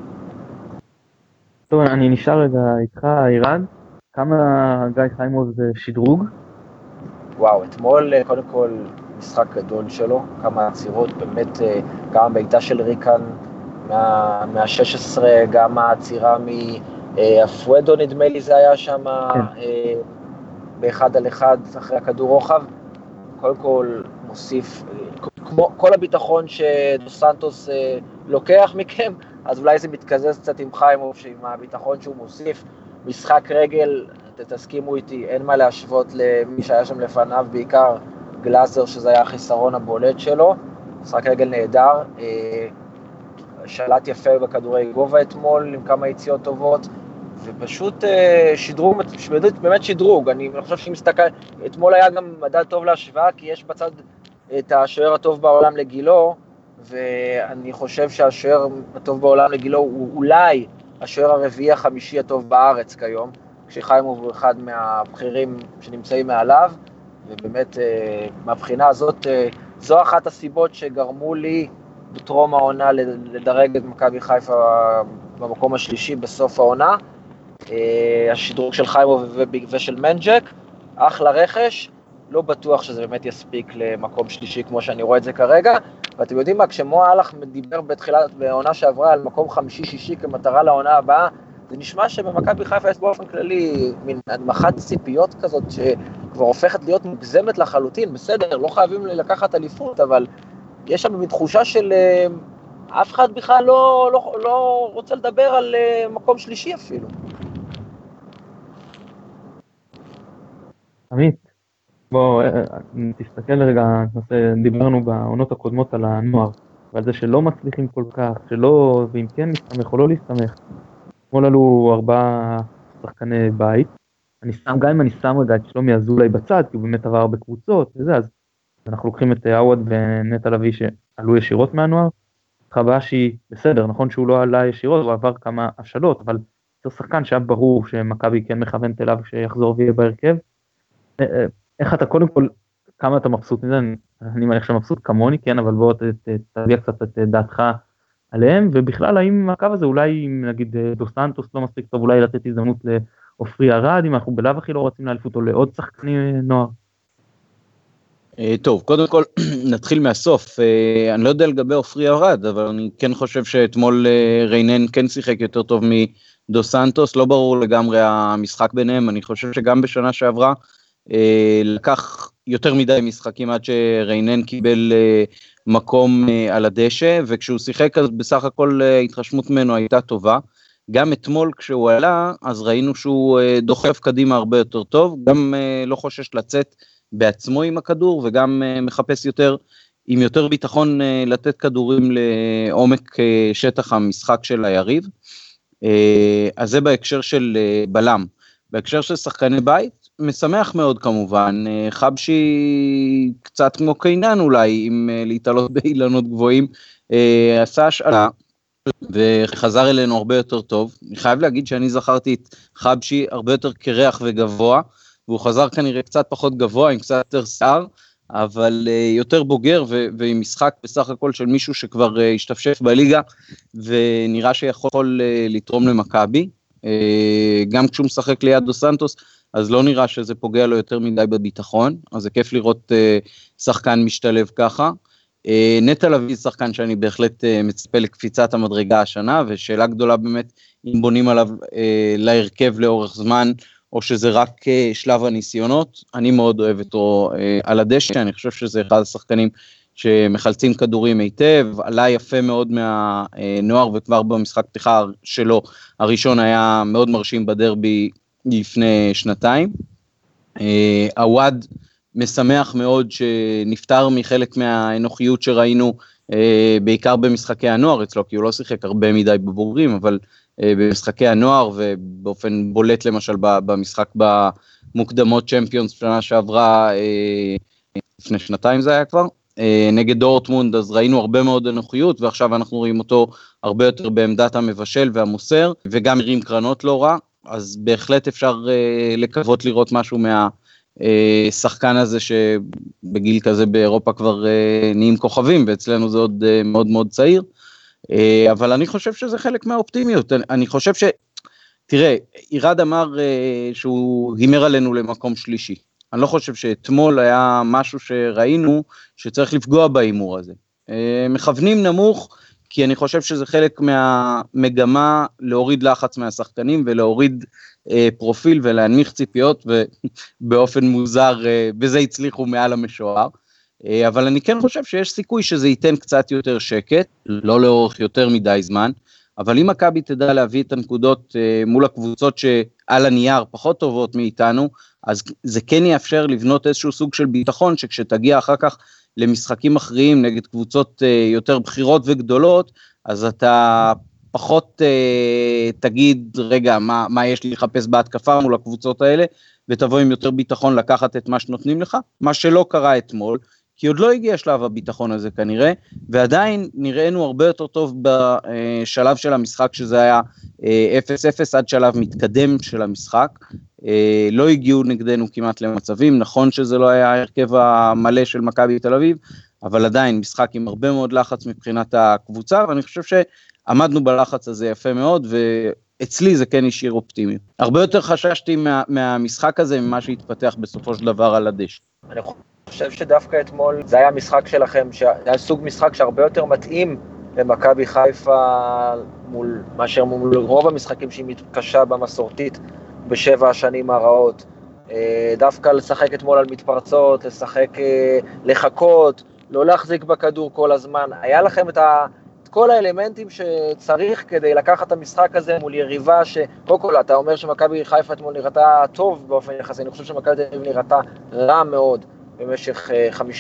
טוב, אני נשאר רגע איתך, אירן. כמה גיא חיימוב זה שדרוג? וואו, אתמול קודם כל משחק גדול שלו, כמה עצירות, באמת גם בעיטה של ריקן מה-16, גם העצירה מאפואדו נדמה לי זה היה שם, באחד על אחד אחרי הכדור רוחב. קודם כל מוסיף, כמו כל הביטחון שדו סנטוס לוקח מכם, אז אולי זה מתקזז קצת עם חיימוב, עם הביטחון שהוא מוסיף. משחק רגל, תסכימו איתי, אין מה להשוות למי שהיה שם לפניו, בעיקר גלאזר, שזה היה החיסרון הבולט שלו. משחק רגל נהדר, שלט יפה בכדורי גובה אתמול, עם כמה יציאות טובות, ופשוט שדרוג, באמת שדרוג. אני חושב שאם מסתכל, אתמול היה גם מדד טוב להשוואה, כי יש בצד את השוער הטוב בעולם לגילו, ואני חושב שהשוער הטוב בעולם לגילו הוא אולי השוער הרביעי החמישי הטוב בארץ כיום, כשחיימוב הוא אחד מהבכירים שנמצאים מעליו, ובאמת מהבחינה הזאת, זו אחת הסיבות שגרמו לי בטרום העונה לדרג את מכבי חיפה במקום השלישי בסוף העונה. השדרוג של חיימוב ושל מנג'ק, אחלה רכש, לא בטוח שזה באמת יספיק למקום שלישי כמו שאני רואה את זה כרגע, ואתם יודעים מה, כשמו הלך דיבר בעונה שעברה על מקום חמישי-שישי כמטרה לעונה הבאה, זה נשמע שבמכבי חיפה יש באופן כללי מין הנמכת ציפיות כזאת שכבר הופכת להיות מוגזמת לחלוטין. בסדר, לא חייבים לקחת אליפות, אבל יש שם תחושה של אף אחד בכלל לא רוצה לדבר על מקום שלישי אפילו. עמית, בוא תסתכל רגע, דיברנו בעונות הקודמות על הנוער, ועל זה שלא מצליחים כל כך, שלא, ואם כן להסתמך או לא להסתמך. אתמול עלו 4 שחקני בית, גם אם אני שם רגע את שלומי אזולאי בצד, כי הוא באמת עבר הרבה קבוצות וזה, אז אנחנו לוקחים את עווד ונטע לביא שעלו ישירות מהנוער, חבשי בסדר, נכון שהוא לא עלה ישירות, הוא עבר כמה השאלות, אבל זה שחקן שהיה ברור שמכבי כן מכוונת אליו שיחזור ויהיה בהרכב. איך אתה קודם כל, כמה אתה מבסוט מזה? אני מניח שמבסוט כמוני, כן, אבל בוא תביע קצת את דעתך עליהם, ובכלל האם הקו הזה אולי, אם נגיד דו סנטוס לא מספיק טוב, אולי לתת הזדמנות לאופרי ארד, אם אנחנו בלאו הכי לא רוצים להעליף אותו לעוד שחקנים נוער. טוב, קודם כל נתחיל מהסוף, אני לא יודע לגבי אופרי ארד, אבל אני כן חושב שאתמול ריינן כן שיחק יותר טוב מדו סנטוס, לא ברור לגמרי המשחק ביניהם, אני חושב שגם בשנה שעברה, לקח יותר מדי משחקים עד שריינן קיבל מקום על הדשא, וכשהוא שיחק אז בסך הכל התרשמות ממנו הייתה טובה, גם אתמול כשהוא עלה, אז ראינו שהוא דוחף קדימה הרבה יותר טוב, גם לא חושש לצאת בעצמו עם הכדור, וגם מחפש יותר, עם יותר ביטחון לתת כדורים לעומק שטח המשחק של היריב, אז זה בהקשר של בלם. בהקשר של שחקני בית, משמח מאוד כמובן, חבשי קצת כמו קיינן אולי, אם להתעלות באילנות גבוהים, עשה השאלה, וחזר אלינו הרבה יותר טוב. אני חייב להגיד שאני זכרתי את חבשי הרבה יותר קרח וגבוה, והוא חזר כנראה קצת פחות גבוה, עם קצת יותר שיער, אבל יותר בוגר, ועם משחק בסך הכל של מישהו שכבר השתפשף בליגה, ונראה שיכול לתרום למכבי, גם כשהוא משחק ליד דו סנטוס, אז לא נראה שזה פוגע לו יותר מדי בביטחון, אז זה כיף לראות שחקן משתלב ככה. נטע לביא שחקן שאני בהחלט מצפה לקפיצת המדרגה השנה, ושאלה גדולה באמת אם בונים עליו להרכב לאורך זמן, או שזה רק שלב הניסיונות. אני מאוד אוהב אותו על הדשא, אני חושב שזה אחד השחקנים שמחלצים כדורים היטב, עלה יפה מאוד מהנוער, וכבר במשחק פתיחה שלו, הראשון היה מאוד מרשים בדרבי לפני שנתיים. עווד משמח מאוד שנפטר מחלק מהאנוכיות שראינו, בעיקר במשחקי הנוער אצלו, כי הוא לא שיחק הרבה מדי בבוגרים, אבל במשחקי הנוער, ובאופן בולט למשל במשחק במוקדמות צ'מפיונס שנה שעברה, לפני שנתיים זה היה כבר, נגד דורטמונד, אז ראינו הרבה מאוד אנוכיות, ועכשיו אנחנו רואים אותו הרבה יותר בעמדת המבשל והמוסר, וגם הרים קרנות לא רע, אז בהחלט אפשר לקוות לראות משהו מהשחקן הזה, שבגיל כזה באירופה כבר נהיים כוכבים, ואצלנו זה עוד מאוד מאוד צעיר, אבל אני חושב שזה חלק מהאופטימיות. אני חושב תראה, ירד אמר שהוא הימר עלינו למקום שלישי, אני לא חושב שאתמול היה משהו שראינו שצריך לפגוע בהימור הזה. מכוונים נמוך, כי אני חושב שזה חלק מהמגמה להוריד לחץ מהשחקנים, ולהוריד פרופיל ולהנמיך ציפיות, ובאופן מוזר, בזה הצליחו מעל המשוער. אבל אני כן חושב שיש סיכוי שזה ייתן קצת יותר שקט, לא לאורך יותר מדי זמן, אבל אם מכבי תדע להביא את הנקודות מול הקבוצות שעל הנייר פחות טובות מאיתנו, אז זה כן יאפשר לבנות איזשהו סוג של ביטחון, שכשתגיע אחר כך למשחקים אחרים נגד קבוצות יותר בחירות וגדולות, אז אתה פחות תגיד, רגע, מה יש לי לחפש בהתקפה מול הקבוצות האלה, ותבוא עם יותר ביטחון לקחת את מה שנותנים לך, מה שלא קרה אתמול, כי עוד לא הגיע שלב הביטחון הזה כנראה, ועדיין נראינו הרבה יותר טוב בשלב של המשחק, שזה היה 0-0 עד שלב מתקדם של המשחק, לא הגיעו נגדנו כמעט למצבים, נכון שזה לא היה ההרכב המלא של מכבי תל אביב, אבל עדיין משחק עם הרבה מאוד לחץ מבחינת הקבוצה, ואני חושב שעמדנו בלחץ הזה יפה מאוד, ואצלי זה כן השאיר אופטימיות. הרבה יותר חששתי מהמשחק הזה, ממה שהתפתח בסופו של דבר על הדשא. אני חושב שדווקא אתמול זה היה משחק שלכם, זה היה סוג משחק שהרבה יותר מתאים למכבי חיפה מאשר מול רוב המשחקים שהיא מתקשה במסורתית בשבע השנים הרעות. דווקא לשחק אתמול על מתפרצות, לשחק, לחכות, לא להחזיק בכדור כל הזמן. היה לכם את כל האלמנטים שצריך כדי לקחת את המשחק הזה מול יריבה קודם כל, אתה אומר שמכבי חיפה אתמול נראתה טוב באופן יחסי, אני חושב שמכבי תל אביב נראתה רע מאוד במשך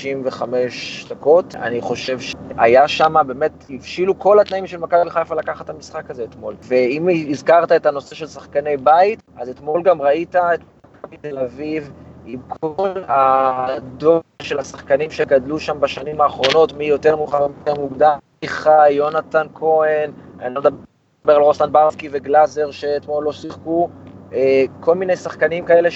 55 דקות. אני חושב שהיה שם באמת, הבשילו כל התנאים של מכבי חיפה לקחת את המשחק הזה אתמול. ואם הזכרת את הנושא של שחקני בית, אז אתמול גם ראית את מכבי תל אביב עם כל הדור של השחקנים שגדלו שם בשנים האחרונות, מי יותר מאוחר יותר מוקדם, יונתן כהן, אני לא מדבר על רוסלן ברסקי וגלאזר שאתמול לא שיחקו, כל מיני שחקנים כאלה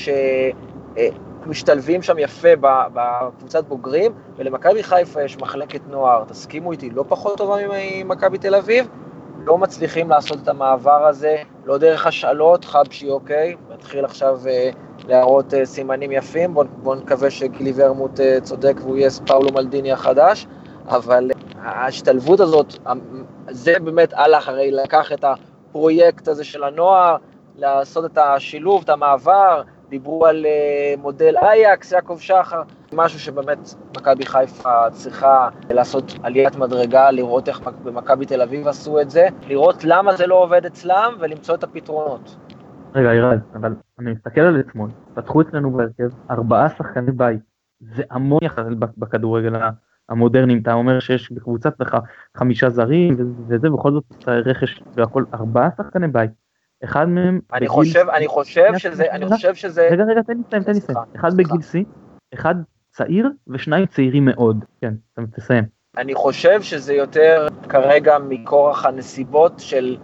שמשתלבים שם יפה בקבוצת בוגרים, ולמכבי חיפה יש מחלקת נוער, תסכימו איתי, לא פחות טובה ממכבי תל אביב, לא מצליחים לעשות את המעבר הזה, לא דרך השאלות, חבשי אוקיי, מתחיל עכשיו להראות סימנים יפים, בוא נקווה שגילי ורמוט צודק והוא יהיה פאולו מלדיני החדש, אבל ההשתלבות הזאת, זה באמת הלך, הרי לקח את הפרויקט הזה של הנוער, לעשות את השילוב, את המעבר, דיברו על מודל אייקס, יעקב שחר, משהו שבאמת מכבי חיפה צריכה לעשות עליית מדרגה, לראות איך במכבי תל אביב עשו את זה, לראות למה זה לא עובד אצלם ולמצוא את הפתרונות. רגע, אירד, אבל אני מסתכל על אתמול, פתחו אצלנו בהרכב 4 שחקני בית, זה המון יחד בכדורגל המודרני, אתה אומר שיש בקבוצת לך 5 זרים וזה, בכל זאת רכש והכל 4 שחקני בית, אחד מהם... אני חושב שזה... רגע, תן לי סיים. אחד בגיל C, אחד צעיר ושניים צעירים מאוד. כן, תסיים. אני חושב שזה יותר כרגע מכורח הנסיבות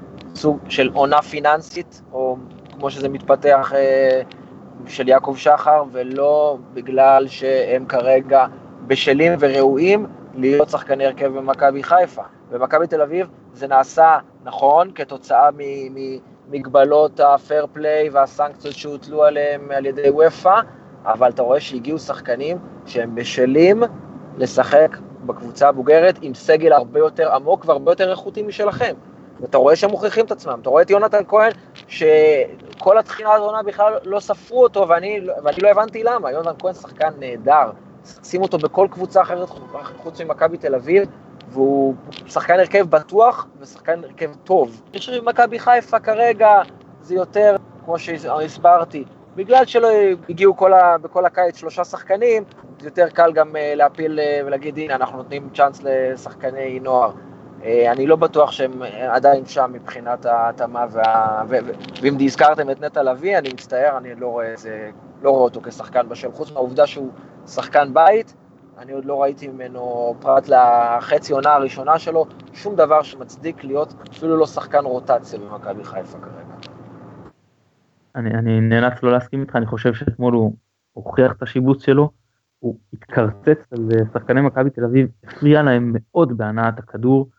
של עונה פיננסית, או כמו שזה מתפתח של יעקב שחר, ולא בגלל שהם כרגע בשלים וראויים להיות שחקני הרכב במכבי חיפה. במכבי תל אביב זה נעשה נכון כתוצאה מגבלות הפייר פליי והסנקציות שהוטלו עליהם על ידי וופא, אבל אתה רואה שהגיעו שחקנים שהם בשלים לשחק בקבוצה הבוגרת עם סגל הרבה יותר עמוק והרבה יותר איכותי משלכם. ואתה רואה שהם מוכיחים את עצמם. אתה רואה את יונתן כהן שכל התחילה העונה בכלל לא ספרו אותו, ואני לא הבנתי למה. יונתן כהן שחקן נהדר, שים אותו בכל קבוצה אחרת חוץ ממכבי תל אביב, והוא שחקן הרכב בטוח ושחקן הרכב טוב. אני חושב שמכבי חיפה כרגע זה יותר, כמו שהסברתי, בגלל שלא הגיעו בכל הקיץ 3 שחקנים, זה יותר קל גם להפיל ולהגיד, הנה, אנחנו נותנים צ'אנס לשחקני נוער. אני לא בטוח שהם עדיין שם מבחינת ההתאמה, ואם הזכרתם את נטע לביא, אני מצטער, אני לא רואה אותו כשחקן בשל, חוץ מהעובדה שהוא שחקן בית, אני עוד לא ראיתי ממנו, פרט לחצי עונה הראשונה שלו, שום דבר שמצדיק להיות אפילו לא שחקן רוטציה במכבי חיפה כרגע. אני נאלץ לא להסכים איתך, אני חושב שאתמול הוא הוכיח את השיבוץ שלו, הוא התקרצץ על שחקני מכבי תל אביב, הפריע להם מאוד בהנעת הכדור.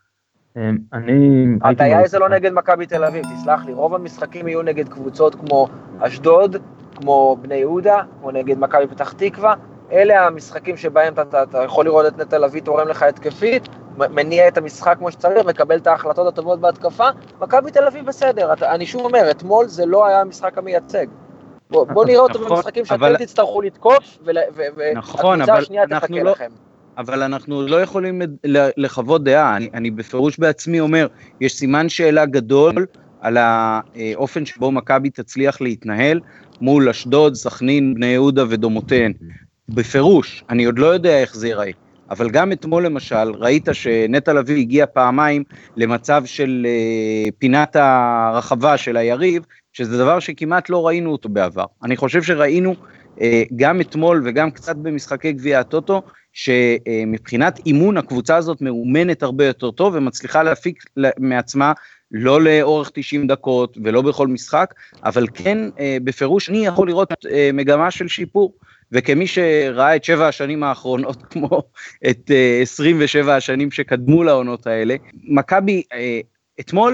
הבעיה זה לא נגד מכבי תל אביב, תסלח לי, רוב המשחקים יהיו נגד קבוצות כמו אשדוד, כמו בני יהודה, כמו נגד מכבי פתח תקווה, אלה המשחקים שבהם אתה יכול לראות את נטע לביא תורם לך התקפית, מניע את המשחק כמו שצריך, מקבל את ההחלטות הטובות בהתקפה, מכבי תל אביב בסדר, אני שוב אומר, אתמול זה לא היה המשחק המייצג. בוא נראה אותו במשחקים שאתם תצטרכו לתקוף, והקבוצה השנייה תחכה לכם. אבל אנחנו לא יכולים לחוות דעה, אני בפירוש בעצמי אומר, יש סימן שאלה גדול על האופן שבו מכבי תצליח להתנהל מול אשדוד, סכנין, בני יהודה ודומותיהן. בפירוש, אני עוד לא יודע איך זה ייראה, אבל גם אתמול למשל, ראית שנטע לביא הגיע פעמיים למצב של פינת הרחבה של היריב, שזה דבר שכמעט לא ראינו אותו בעבר. אני חושב שראינו גם אתמול וגם קצת במשחקי גביע הטוטו, שמבחינת אימון הקבוצה הזאת מאומנת הרבה יותר טוב, ומצליחה להפיק מעצמה לא לאורך 90 דקות ולא בכל משחק, אבל כן בפירוש אני יכול לראות מגמה של שיפור, וכמי שראה את 7 השנים האחרונות, כמו את 27 השנים שקדמו לעונות האלה, מכבי אתמול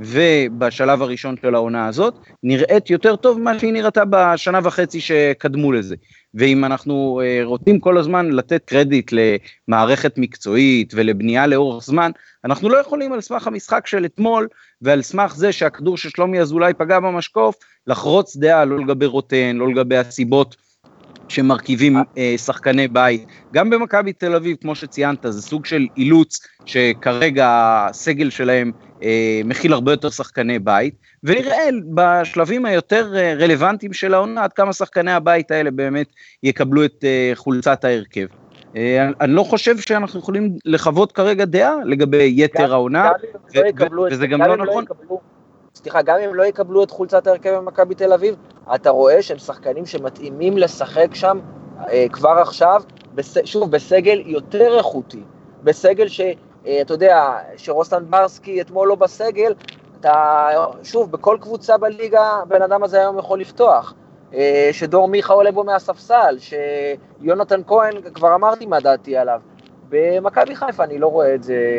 ובשלב הראשון של העונה הזאת, נראית יותר טוב ממה שהיא נראתה בשנה וחצי שקדמו לזה. ואם אנחנו רוצים כל הזמן לתת קרדיט למערכת מקצועית ולבנייה לאורך זמן, אנחנו לא יכולים על סמך המשחק של אתמול, ועל סמך זה שהכדור של שלומי אזולאי פגע במשקוף, לחרוץ דעה לא לגבי רוטן, לא לגבי הסיבות שמרכיבים שחקני בית. גם במכבי תל אביב, כמו שציינת, זה סוג של אילוץ שכרגע הסגל שלהם מכיל הרבה יותר שחקני בית, ונראה בשלבים היותר רלוונטיים של העונה, עד כמה שחקני הבית האלה באמת יקבלו את חולצת ההרכב. אני לא חושב שאנחנו יכולים לחוות כרגע דעה לגבי יתר העונה, וזה גם לא נכון. סליחה, גם אם לא יקבלו את חולצת ההרכב במכבי תל אביב, אתה רואה שהם שחקנים שמתאימים לשחק שם כבר עכשיו, שוב, בסגל יותר איכותי, בסגל אתה יודע, שרוסלן ברסקי אתמול לא בסגל, אתה, שוב, בכל קבוצה בליגה, בן אדם הזה היום יכול לפתוח, שדור מיכה עולה בו מהספסל, שיונתן כהן, כבר אמרתי מה דעתי עליו, במכבי חיפה אני לא רואה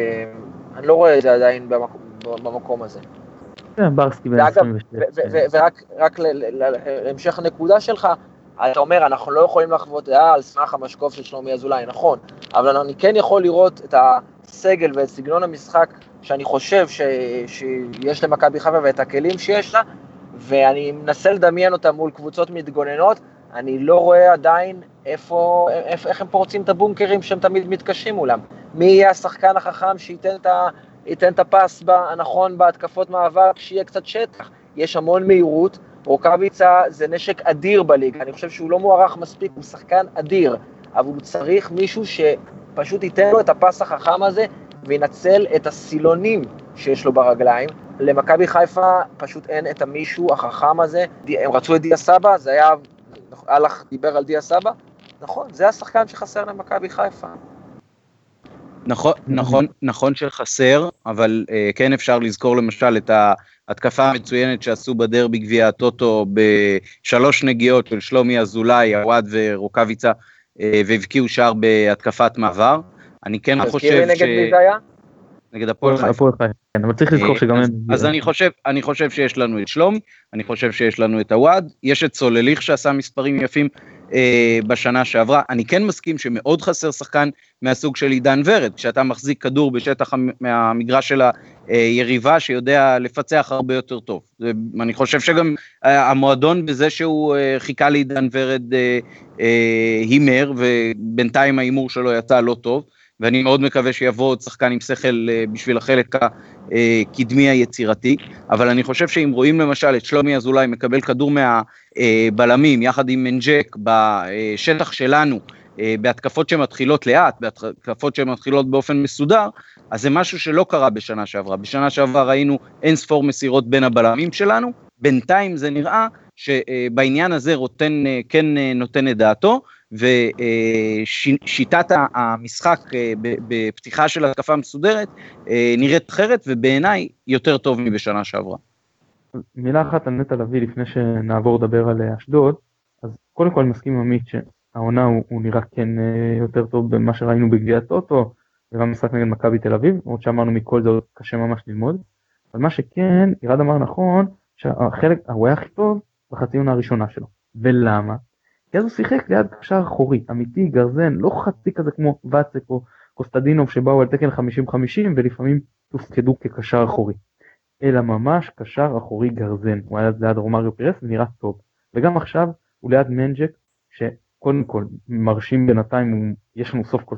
את זה עדיין במקום הזה. ברסקי ורק להמשך הנקודה שלך, אתה אומר, אנחנו לא יכולים לחוות על סמך המשקוף של שלומי אזולאי, נכון, אבל אני כן יכול לראות את הסגל ואת סגנון המשחק שאני חושב שיש למכבי חיפה ואת הכלים שיש לה, ואני מנסה לדמיין אותם מול קבוצות מתגוננות, אני לא רואה עדיין איך הם פורצים את הבונקרים שהם תמיד מתקשים מולם. מי יהיה השחקן החכם שייתן את הפס הנכון בהתקפות מעבר, שיהיה קצת שטח. יש המון מהירות, רוקאביצה זה נשק אדיר בליגה, אני חושב שהוא לא מוערך מספיק, הוא שחקן אדיר, אבל הוא צריך מישהו שפשוט ייתן לו את הפס החכם הזה, וינצל את הסילונים שיש לו ברגליים. למכבי חיפה פשוט אין את המישהו החכם הזה, הם רצו את דיה סבא, זה היה, הלך דיבר על דיה סבא, נכון, זה השחקן שחסר למכבי חיפה. נכון שחסר, אבל כן אפשר לזכור למשל את ההתקפה המצוינת שעשו בדרבי גביע הטוטו בשלוש נגיעות של שלומי אזולאי, עווד ורוקאביצה, והבקיעו שער בהתקפת מעבר. אני כן חושב נגד מי זה היה? נגד הפועל חיפה. אבל צריך לזכור שגם אז אני חושב שיש לנו את שלומי, אני חושב שיש לנו את עווד, יש את סולליך שעשה מספרים יפים בשנה שעברה. אני כן מסכים שמאוד חסר שחקן מהסוג של עידן ורד, כשאתה מחזיק כדור בשטח מהמגרש של היריבה שיודע לפצח הרבה יותר טוב. אני חושב שגם המועדון בזה שהוא חיכה לעידן ורד הימר, ובינתיים האימור שלו יצא לא טוב, ואני מאוד מקווה שיבוא עוד שחקן עם שכל בשביל החלק הקדמי היצירתי, אבל אני חושב שאם רואים למשל את שלומי אזולאי מקבל כדור מהבלמים, יחד עם מנג'ק בשטח שלנו, בהתקפות שמתחילות לאט, בהתקפות שמתחילות באופן מסודר, אז זה משהו שלא קרה בשנה שעברה. בשנה שעברה ראינו אין ספור מסירות בין הבלמים שלנו, בינתיים זה נראה שבעניין הזה רוטן כן נותן את דעתו, ושיטת המשחק בפתיחה של התקפה מסודרת נראית אחרת, ובעיניי יותר טוב מבשנה שעברה. מילה אחת על נטע לביא לפני שנעבור לדבר על אשדוד. אז קודם כל מסכים עם עמית שהעונה הוא נראה כן יותר טוב במה שראינו בגביע הטוטו, וגם משחק נגד מכבי תל אביב, עוד שאמרנו מכל זה עוד קשה ממש ללמוד, אבל מה שכן, ירד אמר נכון, שהחלק, הוא היה הכי טוב בחצי עונה הראשונה שלו. ולמה? כי אז הוא שיחק ליד קשר אחורי, אמיתי, גרזן, לא חצי כזה כמו ואצק או קוסטדינוב שבאו על תקן 50-50 ולפעמים תופקדו כקשר אחורי. אלא ממש קשר אחורי גרזן, הוא היה ליד רומאריו פירס ונראה טוב. וגם עכשיו הוא ליד מנג'ק, שקודם כל מרשים בינתיים, יש לנו סוף כל סוף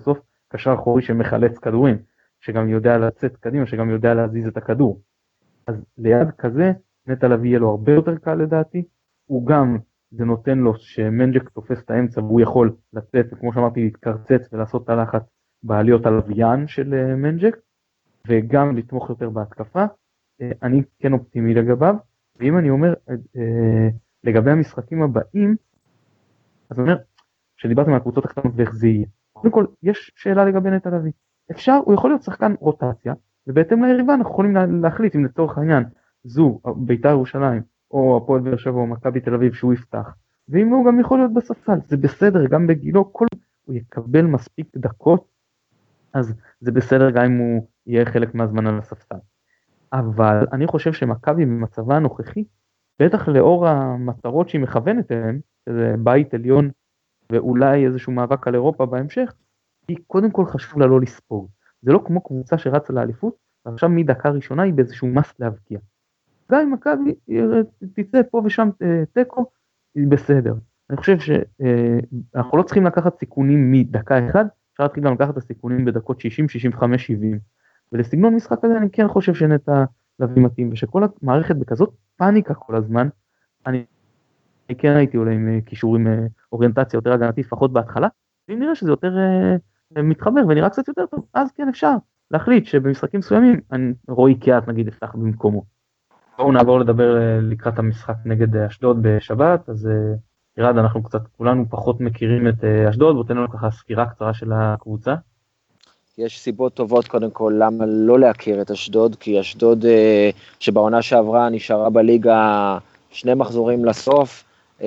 קשר אחורי שמחלץ כדורים, שגם יודע לצאת קדימה, שגם יודע להזיז את הכדור. אז ליד כזה, נטע לביא יהיה לו הרבה יותר קל לדעתי, הוא גם, זה נותן לו שמנג'ק תופס את האמצע, והוא יכול לצאת, כמו שאמרתי, להתקרצץ ולעשות את הלחץ בעליות הלוויין של מנג'ק, וגם לתמוך יותר בהתקפה. אני כן אופטימי לגביו, ואם אני אומר לגבי המשחקים הבאים, אז אני אומר, שדיברתם על הקבוצות הקטנות ואיך זה יהיה. קודם כל, יש שאלה לגבי נטע לביא. הוא יכול להיות שחקן רוטציה, ובהתאם ליריבה אנחנו יכולים להחליט אם לצורך העניין זו בית"ר ירושלים, או הפועל באר שבע או מכבי תל אביב שהוא יפתח, ואם לא הוא גם יכול להיות בספסל, זה בסדר, גם בגילו, הוא יקבל מספיק דקות, אז זה בסדר גם אם הוא יהיה חלק מהזמן על הספסל. אבל אני חושב שמכבי במצבה הנוכחי, בטח לאור המטרות שהיא מכוונת אליהן, שזה בית עליון ואולי איזשהו מאבק על אירופה בהמשך, היא קודם כל חשוב לה לא לספוג. זה לא כמו קבוצה שרצה לאליפות, ועכשיו מדקה ראשונה היא באיזשהו מס להבקיע. גם אם מכבי תצא פה ושם טקו, היא בסדר. אני חושב שאנחנו לא צריכים לקחת סיכונים מדקה אחד, אפשר להתחיל גם לקחת את הסיכונים בדקות 60, 65, 70. ולסגנון משחק הזה אני כן חושב שנטע לביא מתאים, ושכל המערכת בכזאת פאניקה כל הזמן, אני כן הייתי אולי עם קישורים אוריינטציה יותר הגנתית, לפחות בהתחלה, ואם נראה שזה יותר מתחבר ונראה קצת יותר טוב, אז כן אפשר להחליט שבמשחקים מסוימים, רועי קיאט נגיד יפתח במקומו. בואו נעבור לדבר לקראת המשחק נגד אשדוד בשבת, אז ירד אנחנו קצת כולנו פחות מכירים את אשדוד, בוא תן לנו ככה סקירה קצרה של הקבוצה. יש סיבות טובות קודם כל למה לא להכיר את אשדוד, כי אשדוד שבעונה שעברה נשארה בליגה 2 מחזורים לסוף,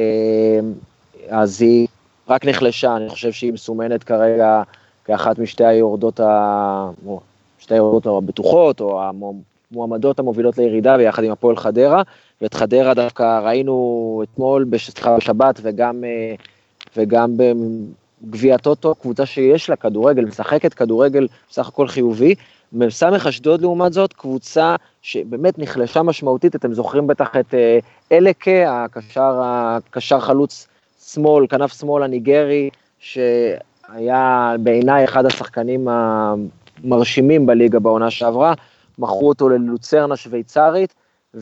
אז היא רק נחלשה, אני חושב שהיא מסומנת כרגע כאחת משתי היורדות הבטוחות, או המועמדות המובילות לירידה, ביחד עם הפועל חדרה, ואת חדרה דווקא ראינו אתמול בשבת, וגם בגביע הטוטו, קבוצה שיש לה כדורגל, משחקת כדורגל בסך הכל חיובי, מסמך אשדוד לעומת זאת, קבוצה שבאמת נחלשה משמעותית, אתם זוכרים בטח את אלקה, הקשר חלוץ שמאל, כנף שמאל הניגרי, שהיה בעיניי אחד השחקנים המרשימים בליגה בעונה שעברה, מכרו אותו ללוצרנה שוויצרית,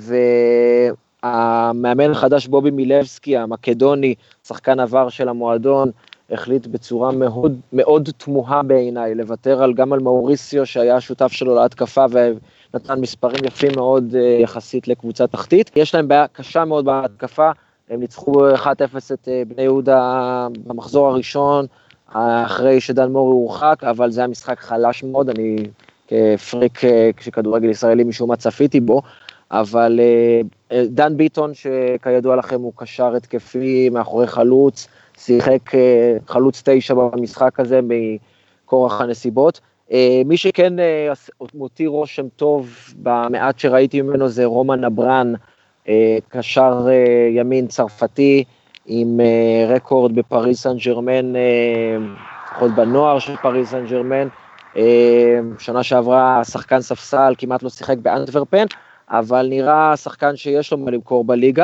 והמאמן החדש בובי מילבסקי, המקדוני, שחקן עבר של המועדון, החליט בצורה מאוד, מאוד תמוהה בעיניי, לוותר גם על מאוריסיו שהיה שותף שלו להתקפה ונתן מספרים יפים מאוד יחסית לקבוצה תחתית. יש להם בעיה קשה מאוד בהתקפה, הם ניצחו 1-0 את בני יהודה במחזור הראשון, אחרי שדן מורי הורחק, אבל זה היה משחק חלש מאוד, אני כפריק כשכדורגל ישראלי משום מה צפיתי בו, אבל דן ביטון שכידוע לכם הוא קשר התקפי מאחורי חלוץ, שיחק חלוץ 9 במשחק הזה מכורח הנסיבות. מי שכן מותיר רושם טוב במעט שראיתי ממנו זה רומן אברן, קשר ימין צרפתי עם רקורד בפריז סן ג'רמן, לפחות בנוער של פריז סן ג'רמן, שנה שעברה שחקן ספסל, כמעט לא שיחק באנטוורפן, אבל נראה שחקן שיש לו מה למכור בליגה.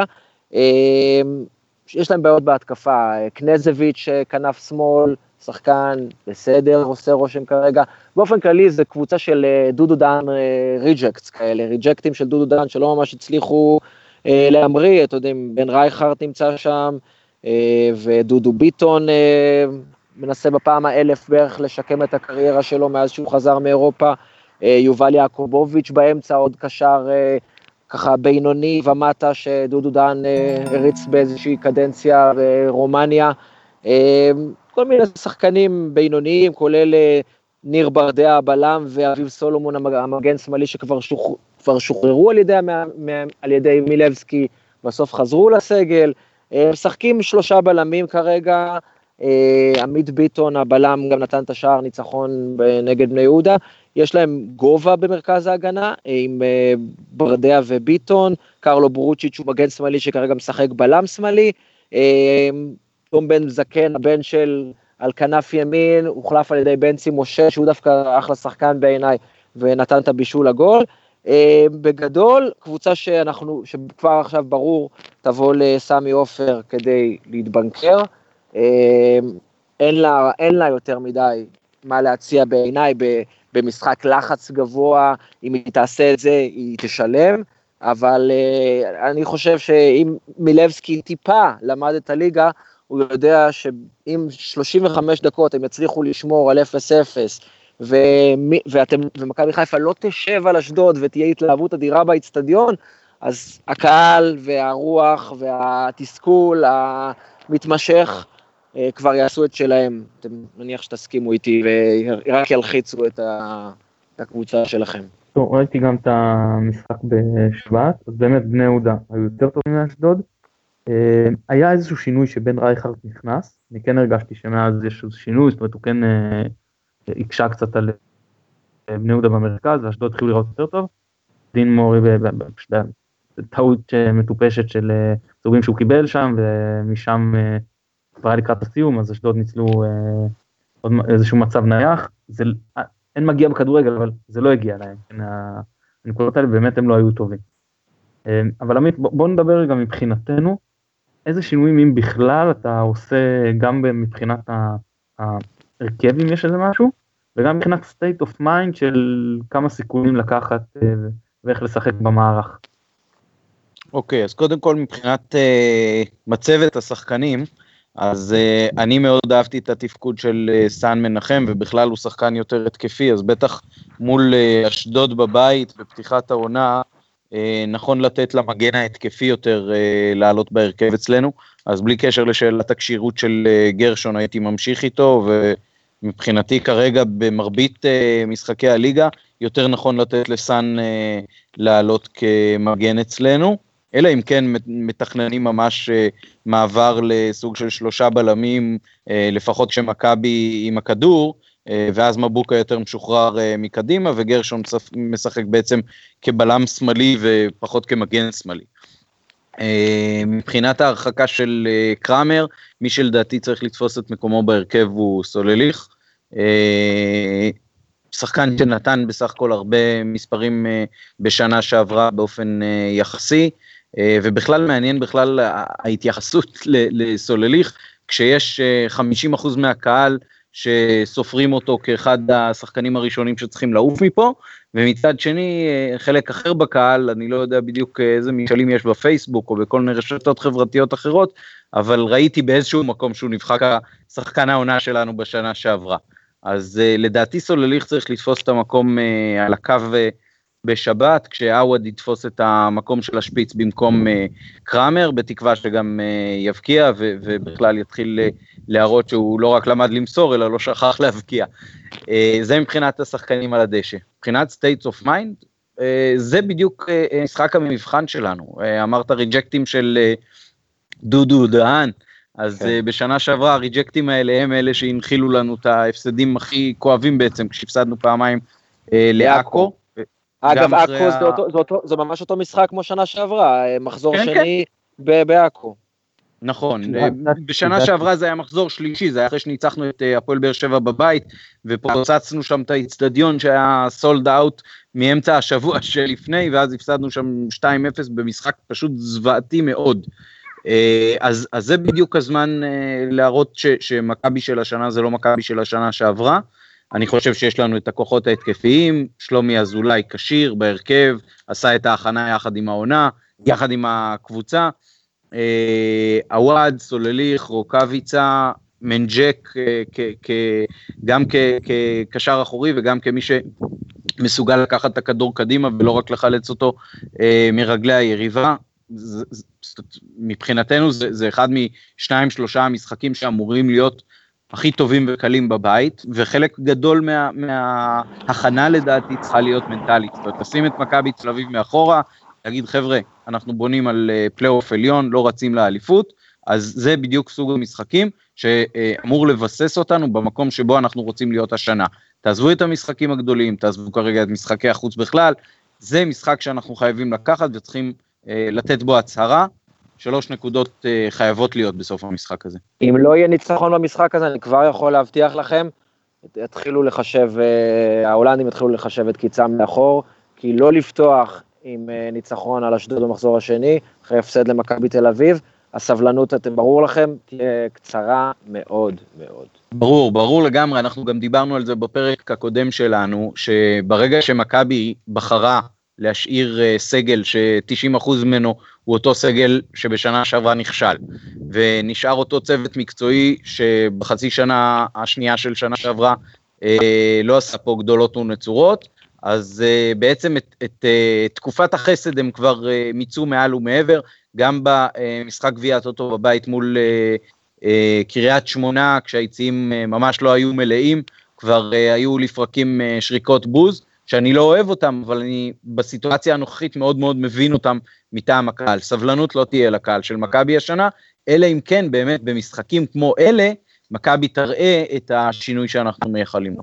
יש להם בעיות בהתקפה, קנזביץ' כנף שמאל, שחקן בסדר, עושה רושם כרגע, באופן כללי זה קבוצה של דודו דן ריג'קטס כאלה, ריג'קטים של דודו דן שלא ממש הצליחו להמריא, אתה יודע, בן רייכרט נמצא שם, ודודו ביטון מנסה בפעם ה-1000 בערך לשקם את הקריירה שלו מאז שהוא חזר מאירופה, יובל יעקובוביץ' באמצע עוד קשר ככה בינוני ומטה שדודו דן הריץ באיזושהי קדנציה ברומניה, כל מיני שחקנים בינוניים, כולל ניר ברדע הבלם ואביב סולומון המגן שמאלי שכבר שוחררו על ידי מילבסקי, בסוף חזרו לסגל, משחקים 3 בלמים כרגע, עמית ביטון הבלם גם נתן את השער ניצחון נגד בני יהודה, יש להם גובה במרכז ההגנה, עם ברדע וביטון, קרלו ברוצ'יץ' הוא מגן שמאלי שכרגע משחק בלם שמאלי, תום בן זקן, הבן של על כנף ימין, הוחלף על ידי בנצי משה, שהוא דווקא אחלה שחקן בעיניי, ונתן את הבישול לגול. בגדול, קבוצה שכבר עכשיו ברור, תבוא לסמי עופר כדי להתבנקר, אין לה יותר מדי מה להציע בעיניי במשחק לחץ גבוה, אם היא תעשה את זה, היא תשלם, אבל אני חושב שאם מילבסקי טיפה למד את הליגה, הוא יודע שאם 35 דקות הם יצליחו לשמור על 0-0, ומכבי חיפה לא תשב על אשדוד ותהיה התלהבות אדירה באצטדיון, אז הקהל והרוח והתסכול המתמשך כבר יעשו את שלהם. אתם מניח שתסכימו איתי ורק ילחיצו את הקבוצה שלכם. טוב, ראיתי גם את המשחק בשבת, אז באמת בני יהודה היו יותר טובים מאשדוד. היה איזשהו שינוי שבן רייכרד נכנס, אני כן הרגשתי שמאז יש איזשהו שינוי, זאת אומרת הוא כן הקשה קצת על בני יהודה במרכז, ואשדוד התחילו לראות יותר טוב. דין מורי טעות מטופשת של סוגים שהוא קיבל שם, ומשם כבר היה לקראת הסיום, אז אשדוד ניצלו עוד איזשהו מצב נייח. אין מגיע בכדורגל, אבל זה לא הגיע להם. הנקודות האלה באמת הם לא היו טובים. אבל עמית, בואו נדבר רגע מבחינתנו, איזה שינויים אם בכלל אתה עושה גם מבחינת ההרכב אם יש איזה משהו, וגם מבחינת state of mind של כמה סיכונים לקחת ואיך לשחק במערך. אוקיי, אז קודם כל מבחינת מצבת השחקנים, אז אני מאוד אהבתי את התפקוד של סן מנחם, ובכלל הוא שחקן יותר התקפי, אז בטח מול אשדוד בבית בפתיחת העונה, נכון לתת למגן ההתקפי יותר לעלות בהרכב אצלנו, אז בלי קשר לשאלת הקשירות של גרשון הייתי ממשיך איתו, ומבחינתי כרגע במרבית משחקי הליגה, יותר נכון לתת לסן לעלות כמגן אצלנו, אלא אם כן מתכננים ממש מעבר לסוג של 3 בלמים, לפחות שמכבי עם הכדור, ואז מבוקה יותר משוחרר מקדימה, וגרשון משחק בעצם כבלם שמאלי ופחות כמגן שמאלי. מבחינת ההרחקה של קרמר, מי שלדעתי צריך לתפוס את מקומו בהרכב הוא סולליך, שחקן שנתן בסך הכל הרבה מספרים בשנה שעברה באופן יחסי, ובכלל מעניין בכלל ההתייחסות לסולליך, כשיש 50% מהקהל שסופרים אותו כאחד השחקנים הראשונים שצריכים לעוף מפה, ומצד שני חלק אחר בקהל, אני לא יודע בדיוק איזה משאלים יש בפייסבוק או בכל מיני רשתות חברתיות אחרות, אבל ראיתי באיזשהו מקום שהוא נבחר כשחקן העונה שלנו בשנה שעברה. אז לדעתי סולליך צריך לתפוס את המקום על הקו בשבת, כשאווד יתפוס את המקום של השפיץ במקום קרמר, בתקווה שגם יבקיע, ובכלל יתחיל להראות שהוא לא רק למד למסור, אלא לא שכח להבקיע. זה מבחינת השחקנים על הדשא. מבחינת states of mind, זה בדיוק משחק המבחן שלנו. אמרת ריג'קטים של דודו דהן, אז בשנה שעברה הריג'קטים האלה הם אלה שהנחילו לנו את ההפסדים הכי כואבים בעצם, כשהפסדנו פעמיים לעכו. אגב, עכו זה ממש אותו משחק כמו שנה שעברה, מחזור שני בעכו. נכון, בשנה שעברה זה היה מחזור שלישי, זה היה אחרי שניצחנו את הפועל באר שבע בבית, ופוצצנו שם את האצטדיון שהיה סולד אאוט מאמצע השבוע שלפני, ואז הפסדנו שם 2-0 במשחק פשוט זוועתי מאוד. אז זה בדיוק הזמן להראות שמכבי של השנה זה לא מכבי של השנה שעברה, אני חושב שיש לנו את הכוחות ההתקפיים, שלומי אזולאי כשיר בהרכב, עשה את ההכנה יחד עם העונה, יחד עם הקבוצה, עווד, סולליך, רוקביצה, מנג'ק, גם כקשר אחורי וגם כמי שמסוגל לקחת את הכדור קדימה ולא רק לחלץ אותו מרגלי היריבה. מבחינתנו זה אחד מ2-3 המשחקים שאמורים להיות הכי טובים וקלים בבית, וחלק גדול מההכנה לדעתי צריכה להיות מנטלית, תשים את מכבי תל אביב מאחורה, להגיד חבר'ה, אנחנו בונים על פלייאוף עליון, לא רצים לאליפות, אז זה בדיוק סוג המשחקים שאמור לבסס אותנו במקום שבו אנחנו רוצים להיות השנה. תעזבו את המשחקים הגדולים, תעזבו כרגע את משחקי החוץ בכלל, זה משחק שאנחנו חייבים לקחת וצריכים לתת בו הצהרה, 3 נקודות חייבות להיות בסוף המשחק הזה. אם לא יהיה ניצחון במשחק הזה, אני כבר יכול להבטיח לכם, ההולנדים יתחילו לחשב את קיצם לאחור, כי לא לפתוח עם ניצחון על אשדוד במחזור השני, אחרי הפסד למכבי תל אביב, הסבלנות, ברור לכם, תהיה קצרה מאוד מאוד. ברור לגמרי, אנחנו גם דיברנו על זה בפרק הקודם שלנו, שברגע שמכבי בחרה להשאיר סגל ש90% ממנו הוא אותו סגל שבשנה שעברה נכשל, ונשאר אותו צוות מקצועי שבחצי שנה השנייה של שנה שעברה לא עשה פה גדולות ונצורות, אז בעצם את תקופת החסד הם כבר מיצו מעל ומעבר, גם במשחק גביע הטוטו בבית מול קריית שמונה, כשהיציעים ממש לא היו מלאים, כבר היו לפרקים שריקות בוז, שאני לא אוהב אותם, אבל אני בסיטואציה הנוכחית מאוד מאוד מבין אותם מטעם הקהל. סבלנות לא תהיה לקהל של מכבי השנה, אלא אם כן באמת במשחקים כמו אלה, מכבי תראה את השינוי שאנחנו מייחלים לו.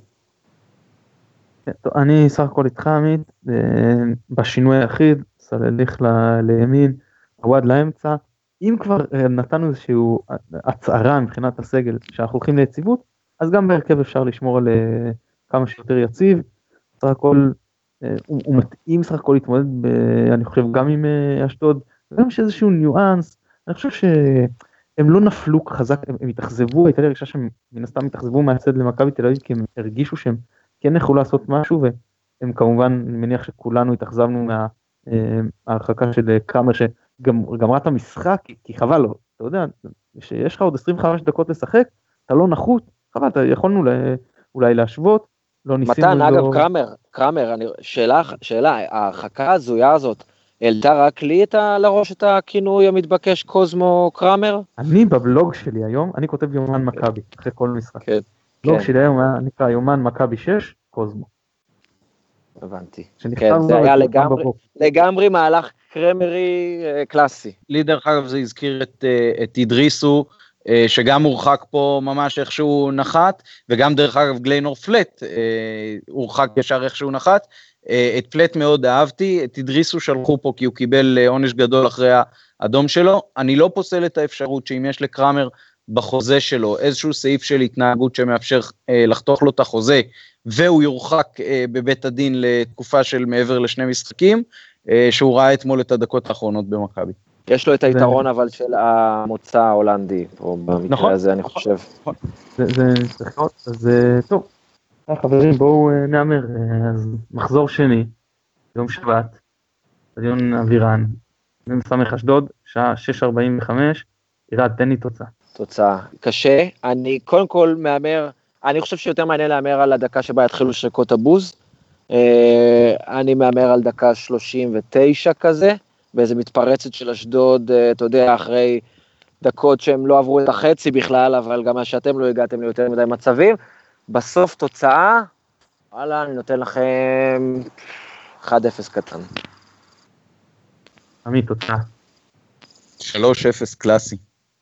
אני סך הכל איתך עמית, בשינוי היחיד, סלליך לימין, עווד לאמצע, אם כבר נתנו איזשהו הצערה מבחינת הסגל שאנחנו הולכים ליציבות, אז גם בהרכב אפשר לשמור על כמה שיותר יציב, סך הכל, הוא מתאים סך הכל להתמודד, אני חושב גם עם אשדוד, גם יש איזשהו ניואנס, אני חושב שהם לא נפלו חזק, הם התאכזבו, הייתה לי רגישה שהם מן הסתם התאכזבו מהצד למכבי תל אביב, כי הם הרגישו שהם כן יכולו לעשות משהו, והם כמובן, אני מניח שכולנו התאכזבנו מההרחקה של קרמר, שגמרה את המשחק, כי חבל לו, אתה יודע, שיש לך עוד 25 דקות לשחק, אתה לא נחות, חבל, יכולנו אולי להשוות, לא ניסינו... מתן, אגב, קרמר, שאלה, ההרחקה הזויה הזאת, העלתה רק לי לראש את הכינוי המתבקש קוזמו קרמר? אני בבלוג שלי היום, אני כותב יומן מכבי, אחרי כל משחק. כן. בלוג שלי היום נקרא יומן מכבי 6, קוזמו. הבנתי. כן, זה היה לגמרי מהלך קרמרי קלאסי. לי דרך אגב זה הזכיר את אידריסו, שגם הורחק פה ממש איכשהו נחת, וגם דרך אגב גליינור פלט הורחק ישר איכשהו נחת, את פלט מאוד אהבתי, את אידריסו שלחו פה כי הוא קיבל עונש גדול אחרי האדום שלו, אני לא פוסל את האפשרות שאם יש לקרמר בחוזה שלו איזשהו סעיף של התנהגות שמאפשר לחתוך לו את החוזה, והוא יורחק בבית הדין לתקופה של מעבר לשני משחקים, שהוא ראה אתמול את הדקות האחרונות במכבי. יש לו את היתרון אבל של המוצא ההולנדי, פה במקרה הזה אני חושב. זה צריך להיות, אז טוב, חברים בואו נאמר, אז מחזור שני, יום שבת, סטדיון אבירן, מסמך אשדוד, שעה 6:45, ירד תן לי תוצאה. תוצאה, קשה, אני קודם כל מאמר, אני חושב שיותר מעניין לאמר על הדקה שבה יתחילו שריקות הבוז, אני מאמר על דקה 39 כזה, באיזה מתפרצת של אשדוד, אתה יודע, אחרי דקות שהם לא עברו את החצי בכלל, אבל גם שאתם לא הגעתם ליותר מדי מצבים, בסוף תוצאה, וואלה, אני נותן לכם 1-0 קטן. עמית, תוצאה. 3-0 קלאסי.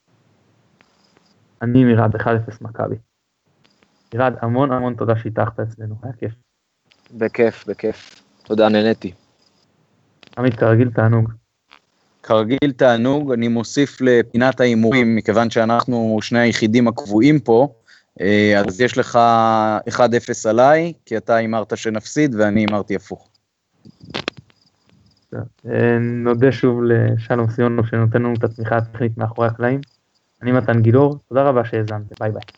אני מירד 1-0 מכבי. מירד, המון תודה שהתארחת אצלנו, היה כיף. בכיף. תודה, נהניתי. עמית, כרגיל תענוג. כרגיל תענוג, אני מוסיף לפינת האימורים, מכיוון שאנחנו שני היחידים הקבועים פה, אז יש לך 1-0 עליי, כי אתה אמרת שנפסיד ואני אמרתי הפוך. נודה שוב לשלום סיונו שנותן לנו את התמיכה הטכנית מאחורי הקלעים. אני מתן גילאור, תודה רבה שהאזנתם, ביי ביי.